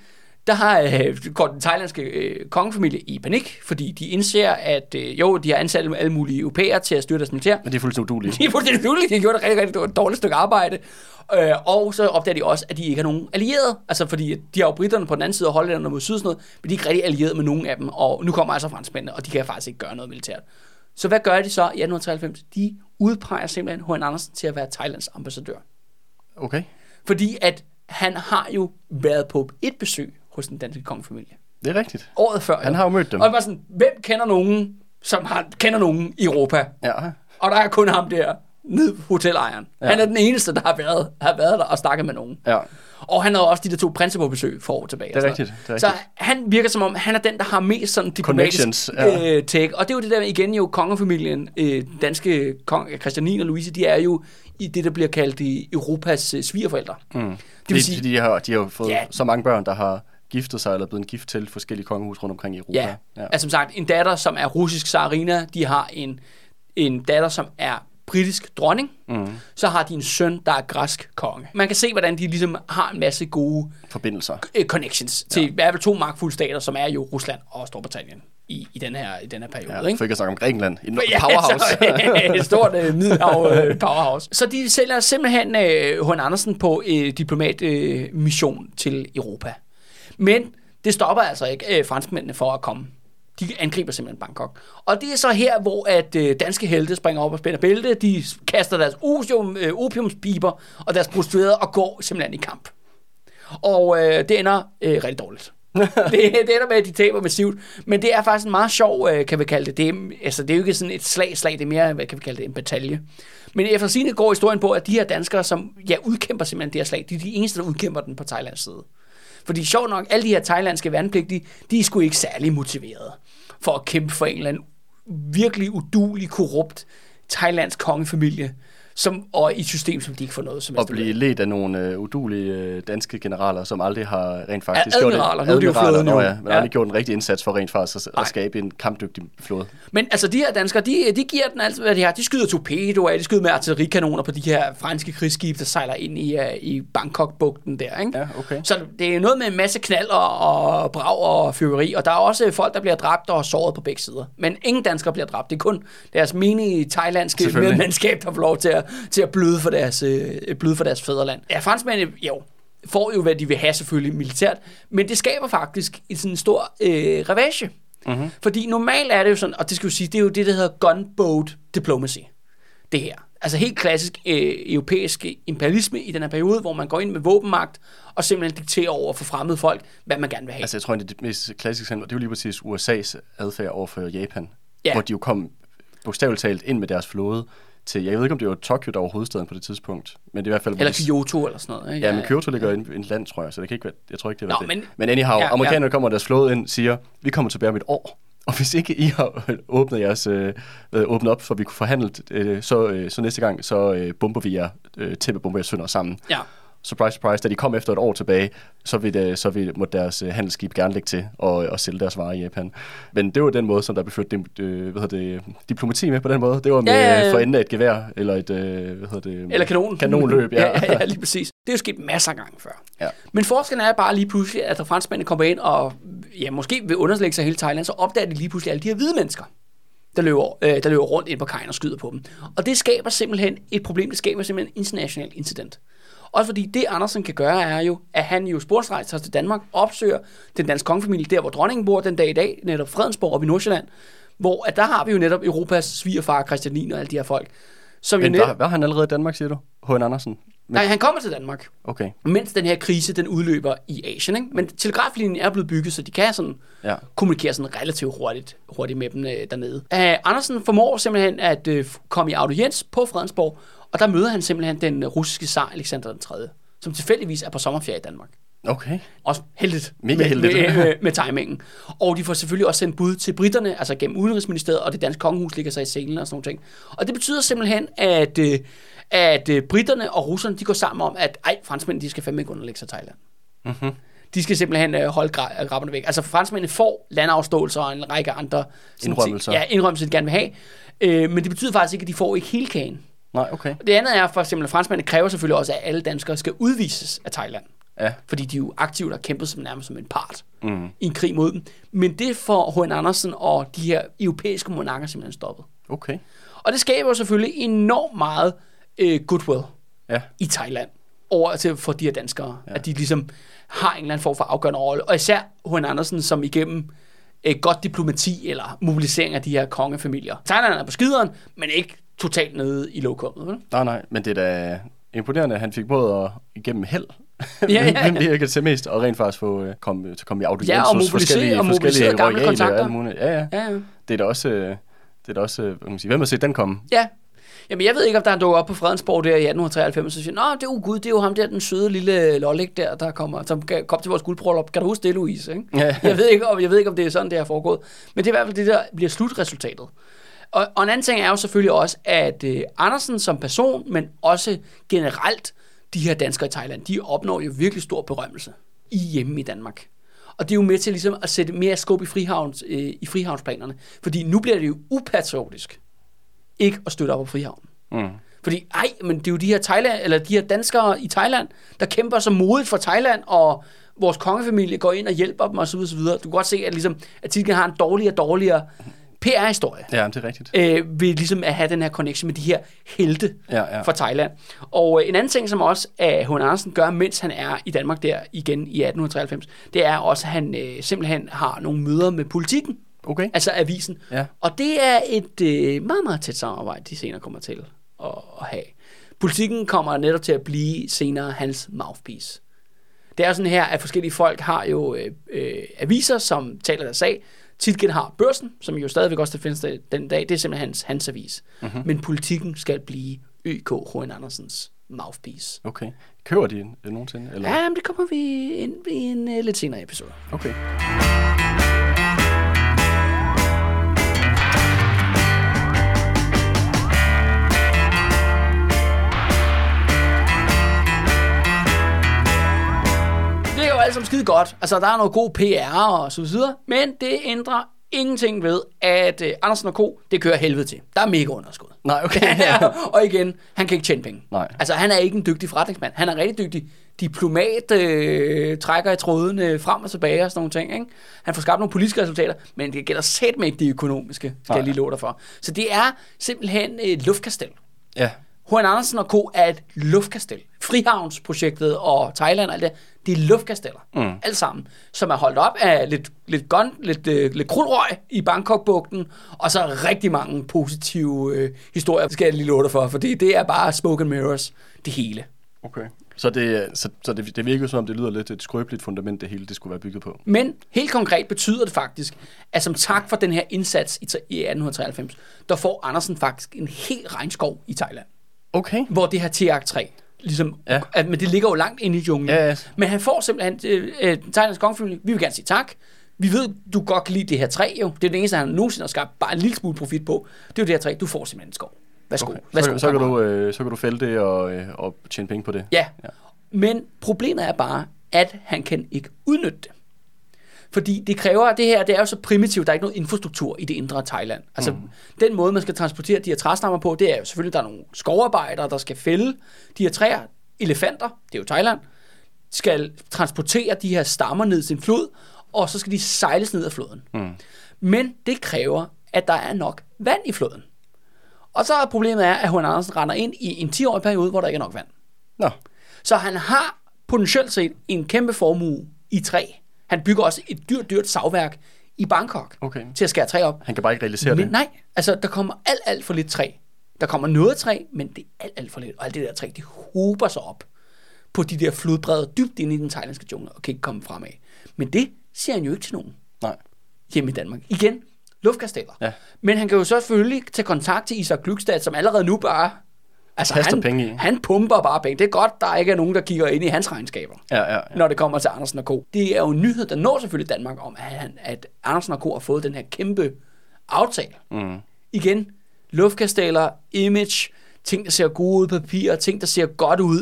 der går den thailandske kongefamilie i panik, fordi de indser, at de har ansat alle mulige europæere til at styre deres militær. Men de er fuldstændig udulige. De har gjort et rigtig dårligt stykke arbejde. Og så opdager de også, at de ikke har nogen allierede. Altså fordi de har jo britterne på den anden side og hollænderne mod syd og sådan noget, men de er ikke rigtig allierede med nogen af dem. Og nu kommer altså franskmændene, og de kan faktisk ikke gøre noget militært. Så hvad gør de så i 1893? De udpeger simpelthen H.N. Andersen til at være Thailands ambassadør. Okay. Fordi at han har jo været på et besøg hos den danske kongefamilie. Det er rigtigt. Året før. Han har jo mødt dem. Og det var sådan, hvem kender nogen, som kender nogen i Europa? Ja. Og der er kun ham der, nede hotelejeren. Ja. Han er den eneste, der har været der og snakket med nogen. Ja. Og han havde også de der 2 prinser på besøg for år tilbage. Det er rigtigt. Så han virker som om, han er den, der har mest sådan diplomatisk take. Og det er jo det der igen, jo kongefamilien, danske Christian 9 og Louise, de er jo i det, der bliver kaldt Europas svigerforældre. Det vil sige, de har jo fået så mange børn, der har giftet sig eller blevet gift til forskellige kongehus rundt omkring i Europa. Ja. Altså som sagt, en datter, som er russisk tsarina, de har en datter, som er britisk dronning, så har de en søn, der er græsk konge. Man kan se, hvordan de ligesom har en masse gode forbindelser, connections til i hvert fald 2 magtfulde stater, som er jo Rusland og Storbritannien i den her periode. Ja, for ikke at snakke om Grækenland, en powerhouse. Et stort middelhav powerhouse. Så de sælger simpelthen H.N. Andersen på diplomatmission til Europa. Men det stopper altså ikke franskmændene for at komme. De angriber simpelthen Bangkok. Og det er så her, hvor at danske helte springer op og spænder bælte. De kaster deres opiumspiber og deres prostituerede og går simpelthen i kamp. Og det ender rigtig dårligt. det ender med, at de taber massivt. Men det er faktisk en meget sjov, kan vi kalde det. Det er jo ikke sådan et slag, det er mere, hvad kan vi kalde det, en batalje. Men efter sigende går historien på, at de her danskere, som udkæmper simpelthen det her slag, de er de eneste, der udkæmper den på Thailands side. Fordi sjovt nok, alle de her thailandske værnepligtige, de er sgu ikke særlig motiverede for at kæmpe for en eller anden virkelig uduelig, korrupt thailandsk kongefamilie, og i et system, som de ikke får noget som helst. Og blive ledt af nogle udulige danske generaler, som aldrig har rent faktisk aldrig gjort en rigtig indsats for rent faktisk at skabe en kampdygtig flåde. Men altså, de her danskere, de giver den alt, hvad de har. De skyder torpedoer, de skyder med artillerikanoner på de her franske krigsskibe, der sejler ind i Bangkok-bugten der, ikke? Ja, okay. Så det er noget med en masse knald og brag og fyrværkeri, og der er også folk, der bliver dræbt og såret på begge sider. Men ingen danskere bliver dræbt. Det er kun deres menige thailandske medmandskab, der får lov til at bløde for deres fædreland. Ja, franskmændene, får jo, hvad de vil have selvfølgelig militært, men det skaber faktisk en sådan stor ravage. Mm-hmm. Fordi normalt er det jo sådan, og det skal jo sige, det er jo det, der hedder gunboat diplomacy. Det her. Altså helt klassisk europæisk imperialisme i den her periode, hvor man går ind med våbenmagt og simpelthen dikterer over for fremmede folk, hvad man gerne vil have. Altså jeg tror, det mest klassiske eksempel, det er jo lige præcis USA's adfærd over for Japan, hvor de jo kom bogstaveligt talt ind med deres flåde til, jeg ved ikke om det var Tokyo, der var hovedstaden på det tidspunkt, men det er i hvert fald... Eller Kyoto eller sådan noget. Ikke? Ja, men Kyoto ligger i en land, tror jeg, så det kan ikke være, jeg tror ikke, det var det. Men, men anyhow, amerikanerne kommer deres flåde ind, siger, vi kommer tilbage om et år, og hvis ikke I har åbnet op, for vi kunne forhandle, så næste gang, så bomber vi jer, tæppebomber jer sønder sammen. Ja. Surprise, surprise, da de kom efter et år tilbage, så måtte deres handelsskib gerne lægge til og sælge deres varer i Japan. Men det var den måde, som der blev ført diplomati med på den måde. Det var med for enden af et gevær, eller et eller kanonløb. Ja, lige præcis. Det er jo sket masser af gange før. Ja. Men forskellen er bare lige pludselig, at da franskmændene kommer ind og måske vil underlægge sig hele Thailand, så opdager de lige pludselig alle de her hvide mennesker, der løber rundt ind på kajen og skyder på dem. Og det skaber simpelthen et problem. Det skaber simpelthen en international incident. Også fordi det, Andersen kan gøre, er jo, at han jo sportsrejser til Danmark, opsøger den danske kongefamilie, der hvor dronningen bor den dag i dag, netop Fredensborg oppe i Nordsjælland, hvor at der har vi jo netop Europas svigerfar, Christian 9 og alle de her folk. Men var han allerede i Danmark, siger du? H.N. Andersen? Nej, han kommer til Danmark, okay. Mens den her krise, den udløber i Asien. Ikke? Men telegraflinjen er blevet bygget, så de kan sådan kommunikere sådan relativt hurtigt med dem dernede. Andersen formår simpelthen at komme i audiens på Fredensborg, og der møder han simpelthen den russiske zar Alexander den 3., som tilfældigvis er på sommerferie i Danmark. Okay. Også heldigt. Mega heldigt. Med timingen. Og de får selvfølgelig også sendt bud til britterne, altså gennem Udenrigsministeriet, og det danske kongehus ligger sig i selen og sådan nogle ting. Og det betyder simpelthen, at britterne og russerne, de går sammen om, at franskmændene, de skal fandme ikke underlægge sig Thailand. Mm-hmm. De skal simpelthen holde grabberne væk. Altså franskmændene får landafståelser og en række andre indrømmelser, de gerne vil have. Men det betyder faktisk ikke, at de får ikke hele kagen. Nej, okay. Det andet er for eksempel, at franskmændene kræver selvfølgelig også, at alle danskere skal udvises af Thailand. Ja. Fordi de jo aktivt har kæmpet nærmest som en part i en krig mod dem. Men det får H.N. Andersen og de her europæiske monarker simpelthen stoppet. Okay. Og det skaber jo selvfølgelig enormt meget goodwill i Thailand over for de her danskere. Ja. At de ligesom har en eller anden form for afgørende rolle. Og især H.N. Andersen, som igennem godt diplomati eller mobilisering af de her kongefamilier. Thailand er på skideren, men ikke totalt nede i lokummet, vel? Nej, men det er da imponerende, at han fik både igennem held, hvem det ikke til mest, og rent faktisk få komme i audiens hos forskellige royale og alt muligt. Ja. Det er da også, hvad man sige, hvem har set den komme? Ja. Jamen, jeg ved ikke, om der er dukket op på Fredensborg der i 1893, og så siger, nå, det er jo Gud, det er jo ham der, den søde lille lollik der kommer, som kom til vores guldbryllup. Kan du huske det, Louise? Ikke? Ja. Jeg ved ikke, om det er sådan, det er foregået. Men det er i hvert fald det, der bliver slutresultatet. Og en anden ting er jo selvfølgelig også, at Andersen som person, men også generelt de her danskere i Thailand, de opnår jo virkelig stor berømmelse hjemme i Danmark. Og det er jo med til ligesom at sætte mere skub i frihavnsplanerne. Fordi nu bliver det jo upatriotisk ikke at støtte op på frihavnen. Mm. Fordi, men det er jo de her danskere i Thailand, der kæmper så modigt for Thailand, og vores kongefamilie går ind og hjælper dem osv. Du kan godt se, at, ligesom, at Tilken har en dårligere og dårligere PR-historie. Ja, det er rigtigt. Ved ligesom at have den her connection med de her helte fra Thailand. Og en anden ting, som også H.N. Andersen gør, mens han er i Danmark der igen i 1893, det er også, at han simpelthen har nogle møder med politikken. Okay. Altså avisen. Ja. Og det er et meget, meget tæt samarbejde, de senere kommer til at have. Politikken kommer netop til at blive senere hans mouthpiece. Det er sådan her, at forskellige folk har jo aviser, som taler deres sag. Tietgen har Børsen, som jo stadigvæk også findes den dag. Det er simpelthen hans avis. Mm-hmm. Men politikken skal blive ØK H.N. Andersens mouthpiece. Okay. Køber de nogensinde? Eller? Ja, men det kommer vi ind i en lidt senere episode. Okay. Som skide godt. Altså, der er noget god PR og så videre, men det ændrer ingenting ved, at Andersen & Co., det kører helvede til. Der er mega underskud. Nej, okay. Og igen, han kan ikke tjene penge. Nej. Altså, han er ikke en dygtig forretningsmand. Han er rigtig dygtig diplomat, trækker i tråden frem og tilbage og sådan nogle ting. Ikke? Han får skabt nogle politiske resultater, men det gælder satme ikke de økonomiske, skal jeg lige love dig for. Så det er simpelthen et luftkastel. Ja. H.N. Andersen og Co. er et luftkastel. Frihavnsprojektet og Thailand og alt det er luftkasteller. Alt sammen. Som er holdt op af lidt krudrøg i Bangkok-bugten, og så rigtig mange positive historier. Det skal jeg lige love dig for, fordi det er bare smoke and mirrors, det hele. Okay. Så det virker som om, det lyder lidt et skrøbeligt fundament, det hele det skulle være bygget på. Men helt konkret betyder det faktisk, at som tak for den her indsats i 1893, der får Andersen faktisk en hel regnskov i Thailand. Okay. Hvor det her Teak-træ, ligesom, men det ligger jo langt inde i junglen. Ja. Men han får simpelthen Thailands kongefamilie, vi vil gerne sige tak. Vi ved, du godt kan lide det her træ jo. Det er det eneste, han nogensinde har skabt bare en lille smule profit på. Det er jo det her træ, du får simpelthen en skov. Værsgo. Okay. Værsgo, så kan du fælde det og tjene penge på det. Ja. Men problemet er bare, at han kan ikke udnytte det. Fordi det kræver, det her, det er jo så primitivt, der er ikke noget infrastruktur i det indre Thailand. Altså, den måde, man skal transportere de her træstammer på, det er jo selvfølgelig, der er nogle skovarbejdere, der skal fælde de her træer. Elefanter, det er jo Thailand, skal transportere de her stammer ned til en flod, og så skal de sejles ned ad floden. Men det kræver, at der er nok vand i floden. Og så er problemet at H.N. Andersen render ind i en 10-årig periode, hvor der ikke er nok vand. Nå. Så han har potentielt set en kæmpe formue i træ. Han bygger også et dyrt savværk i Bangkok til at skære træ op. Han kan bare ikke realisere det. Nej, altså der kommer alt for lidt træ. Der kommer noget træ, men det er alt for lidt. Og alt det der træ, det hober sig op på de der flodbredder dybt inde i den thailandske jungle og kan ikke komme fremad. Men det siger han jo ikke til nogen. Nej. Hjemme i Danmark. Igen, luftkasteller. Ja. Men han kan jo selvfølgelig tage kontakt til Isak Glückstadt, som allerede nu bare... Altså han pumper bare penge. Det er godt, der ikke er nogen, der kigger ind i hans regnskaber, når det kommer til Andersen og Co. Det er jo en nyhed, der når selvfølgelig Danmark om, at Andersen og Co. har fået den her kæmpe aftale. Igen, luftkasteller, image, ting, der ser gode ud på papir, ting, der ser godt ud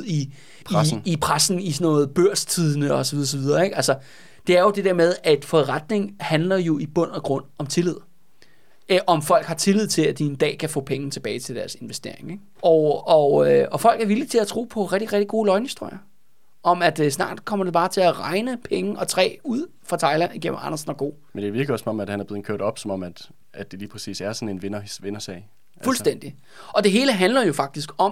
i pressen, i sådan noget børstidende og så videre, ikke? Altså, det er jo det der med, at forretning handler jo i bund og grund om tillid. Om folk har tillid til, at de en dag kan få penge tilbage til deres investering. Ikke? Og folk er villige til at tro på rigtig, rigtig gode løgnehistorier. Om at snart kommer det bare til at regne penge og træ ud fra Thailand igennem Andersen og Co. Men det virker også som om, at han er blevet kørt op, som om, at det lige præcis er sådan en vindersag. Fuldstændig. Og det hele handler jo faktisk om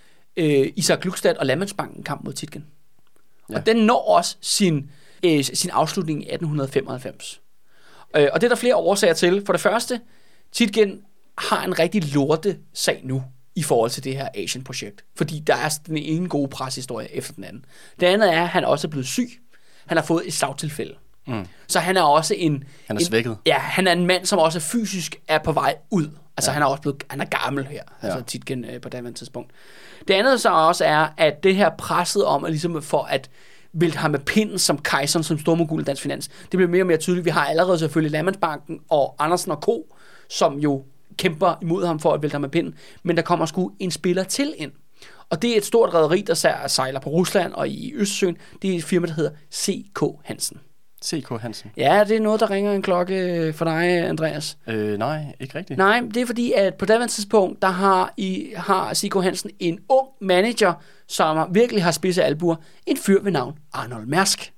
Isak Glückstadt og Landmandsbanken kamp mod Tietgen. Ja. Og den når også sin afslutning i 1895. Og det er der flere årsager til. For det første, Tietgen har en rigtig lorte sag nu i forhold til det her Asian-projekt. Fordi der er den ene gode preshistorie efter den anden. Det andet er, at han også er blevet syg. Han har fået et slagtilfælde. Så han er også Han er svækket. Ja, han er en mand, som også fysisk er på vej ud. Altså han er gammel her, altså Tietgen på det tidspunkt. Det andet så også er, at det her presset om, at ligesom for at vælte ham med pinden som kejseren, som stormogul i dansk finans, det bliver mere og mere tydeligt. Vi har allerede selvfølgelig Landmandsbanken og Andersen og Co., som jo kæmper imod ham for at vælte ham med pinden, men der kommer sgu en spiller til ind. Og det er et stort rederi, der sejler på Rusland og i Østersøen. Det er et firma, der hedder C.K. Hansen. C.K. Hansen? Ja, det er noget, der ringer en klokke for dig, Andreas. Nej, ikke rigtigt. Nej, det er fordi, at på det tidspunkt, der har C.K. Hansen en ung manager, som virkelig har spidse albuer. En fyr ved navn Arnold Mærsk.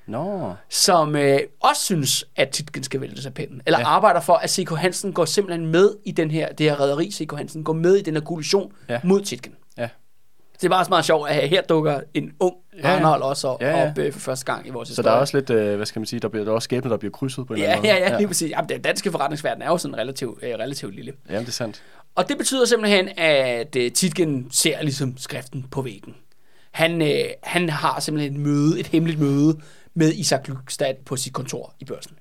Som også synes, at Tietgen skal vælge sig pinden. Eller arbejder for, at C.K. Hansen går simpelthen med i det her rederi. C.K. Hansen går med i den her koalition mod Tietgen. Ja. Det er bare så meget sjovt, at her dukker en ung Arnold også op for første gang i vores historie. Så der er også lidt, hvad skal man sige, der er også skæbner, der bliver krydset på en eller anden måde. Ja, lige præcis. Jamen, den danske forretningsverden er jo sådan relativt lille. Jamen, det er sandt. Og det betyder simpelthen, at Tietgen ser ligesom skriften på væggen. Han har simpelthen et hemmeligt møde med Isak Glückstadt på sit kontor i Børsen.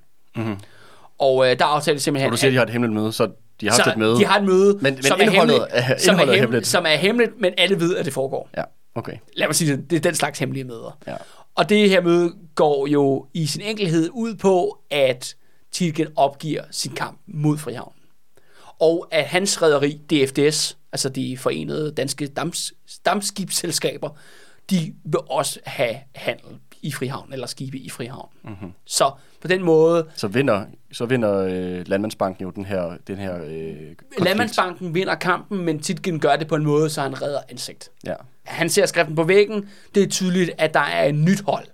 Og der aftaler simpelthen... Og du siger, at de har et hemmeligt møde, så de har haft et møde. De har et møde, men som er hemmeligt. Som er hemmeligt, men alle ved, at det foregår. Ja, okay. Lad mig sige det er den slags hemmelige møder. Ja. Og det her møde går jo i sin enkelhed ud på, at Tietgen opgiver sin kamp mod Frihavnen. Og at hans rederi, DFDS, altså de forenede danske dampskibsselskaber, de vil også have handel i Frihavn, eller skibe i Frihavn. Så på den måde... Så vinder Landmandsbanken jo den her konflikt. Landmandsbanken vinder kampen, men Tietgen gør det på en måde, så han redder ansigt. Ja. Han ser skriften på væggen. Det er tydeligt, at der er et nyt hold.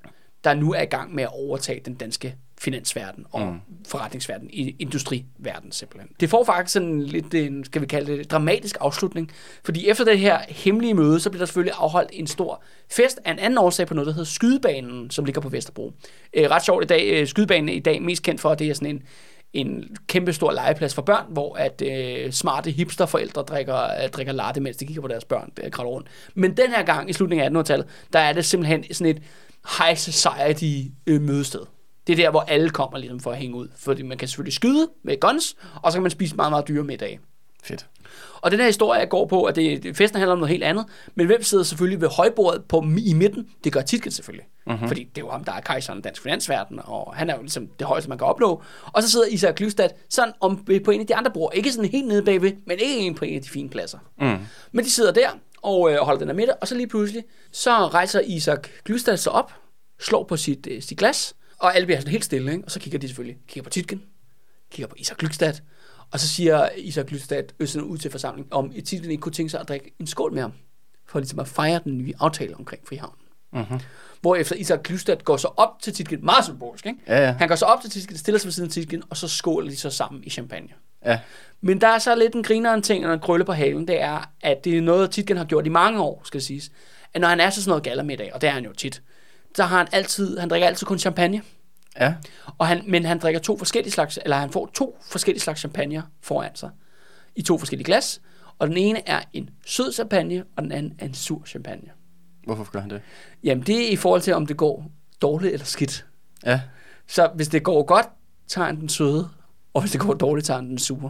der nu er i gang med at overtage den danske finansverden og forretningsverden, industriverden simpelthen. Det får faktisk sådan lidt en, skal vi kalde det, dramatisk afslutning, fordi efter det her hemmelige møde, så bliver der selvfølgelig afholdt en stor fest af en anden årsag på noget, der hedder Skydebanen, som ligger på Vesterbro. Ret sjovt i dag, Skydebanen i dag mest kendt for, at det er sådan en kæmpe stor legeplads for børn, hvor at smarte hipsterforældre drikker latte, mens de kigger på deres børn kravler rundt. Men den her gang i slutningen af 1800-tallet, der er det simpelthen sådan et high society mødested. Det er der, hvor alle kommer ligesom for at hænge ud. Fordi man kan selvfølgelig skyde med guns, og så kan man spise meget, meget dyre middag. Fedt. Og den her historie går på, at festen handler om noget helt andet, men hvem sidder selvfølgelig ved højbordet i midten? Det gør Tietgen selvfølgelig. Mm-hmm. Fordi det er jo ham, der er kejseren af dansk finansverden, og han er jo ligesom det højeste, man kan opnå. Og så sidder Isak Glückstadt sådan på en af de andre bord. Ikke sådan helt nede bagved, men ikke en på en af de fine pladser. Mm. Men de sidder der og holder den her middag, og så lige pludselig, så rejser Isak Glückstadt sig op, slår på sit glas, og alle bliver sådan helt stille, ikke? Og så kigger de selvfølgelig på Tietgen, kigger på Isak Glückstadt, og så siger Isak Glückstadt ud til forsamlingen, om Tietgen ikke kunne tænke sig at drikke en skål med ham, for ligesom at fejre den nye aftale omkring Frihavnen. Mm-hmm. Hvorefter Isak Glückstadt går så op til Tietgen, meget symbolisk, ikke? Ja. Han går så op til Tietgen, stiller sig ved siden af Tietgen, og så skåler de så sammen i champagne. Ja. Men der er så lidt en grineren ting, og en krølle på halen, det er, at det er noget, Tietgen har gjort i mange år, skal det siges, at når han er sådan noget gallermiddag, og det er han jo tit, så har han drikker altid kun champagne. Ja. Men han drikker han får 2 forskellige slags champagne foran sig i 2 forskellige glas, og den ene er en sød champagne, og den anden er en sur champagne. Hvorfor gør han det? Jamen det er i forhold til, om det går dårligt eller skidt. Ja. Så hvis det går godt, tager han den søde, og hvis det går dårligt, tager han den sure.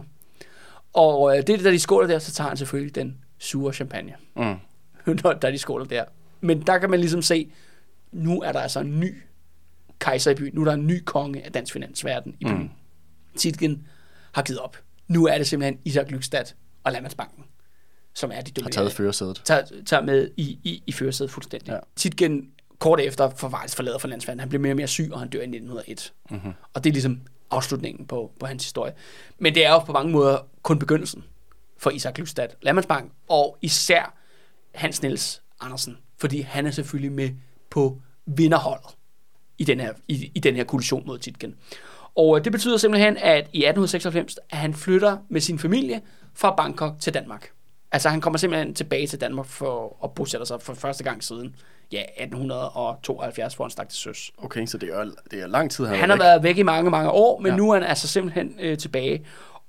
Og det er det, da de skåler der, så tager han selvfølgelig den sure champagne. Da de skåler der. Men der kan man ligesom se, nu er der altså en ny kejser i byen. Nu er der en ny konge af dansk finansverden i byen. Tietgen har givet op. Nu er det simpelthen Isak Glückstadt og Landmandsbanken, som er de dominerende. Har taget førersædet. Tager med i førersædet fuldstændig. Ja. Tietgen kort efter forlader for landsverden. Han bliver mere og mere syg, og han dør i 1901. Mm-hmm. Og det er ligesom afslutningen på hans historie. Men det er jo på mange måder kun begyndelsen for Isak Glückstadt, Landmandsbanken, og især Hans Niels Andersen, fordi han er selvfølgelig med på vinderholdet i den her koalition mod Tietgen. Og det betyder simpelthen, at i 1896, at han flytter med sin familie fra Bangkok til Danmark. Altså han kommer simpelthen tilbage til Danmark for at bosætte sig for første gang siden 1872, hvor han stak til søs. Okay, så det er lang tid. Han har været væk i mange, mange år, men nu er han altså simpelthen tilbage.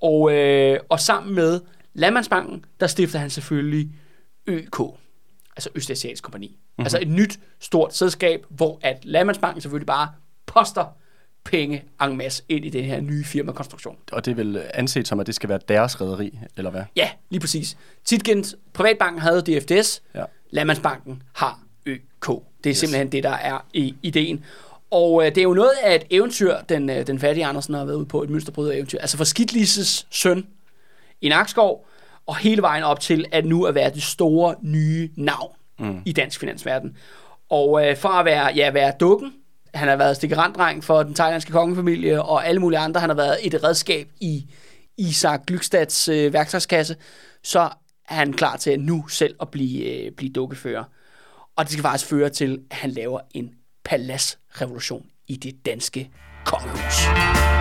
Og sammen med Landmandsbanken, der stifter han selvfølgelig ØK, altså Østasiatisk Kompagni. Mm-hmm. Altså et nyt, stort selskab, hvor at Landmandsbanken selvfølgelig bare poster penge en masse ind i den her nye firmakonstruktion. Og det vil anset som, at det skal være deres rederi, eller hvad? Ja, lige præcis. Tietgens Privatbanken havde DFDS, Landmandsbanken har ØK. Det er simpelthen det, der er i ideen. Og det er jo noget af et eventyr, den fattige Andersen har været ude på, et mønsterbryder-eventyr. Altså for Skidtlises søn i Nakskov, og hele vejen op til, at nu at være det store, nye navn i dansk finansverden. Og for at være dukken, han har været stikkeraddreng for den thailandske kongefamilie, og alle mulige andre, han har været et redskab i Isak Glückstadts værktøjskasse, så er han klar til nu selv at blive dukkefører. Og det skal faktisk føre til, at han laver en paladsrevolution i det danske kongehus.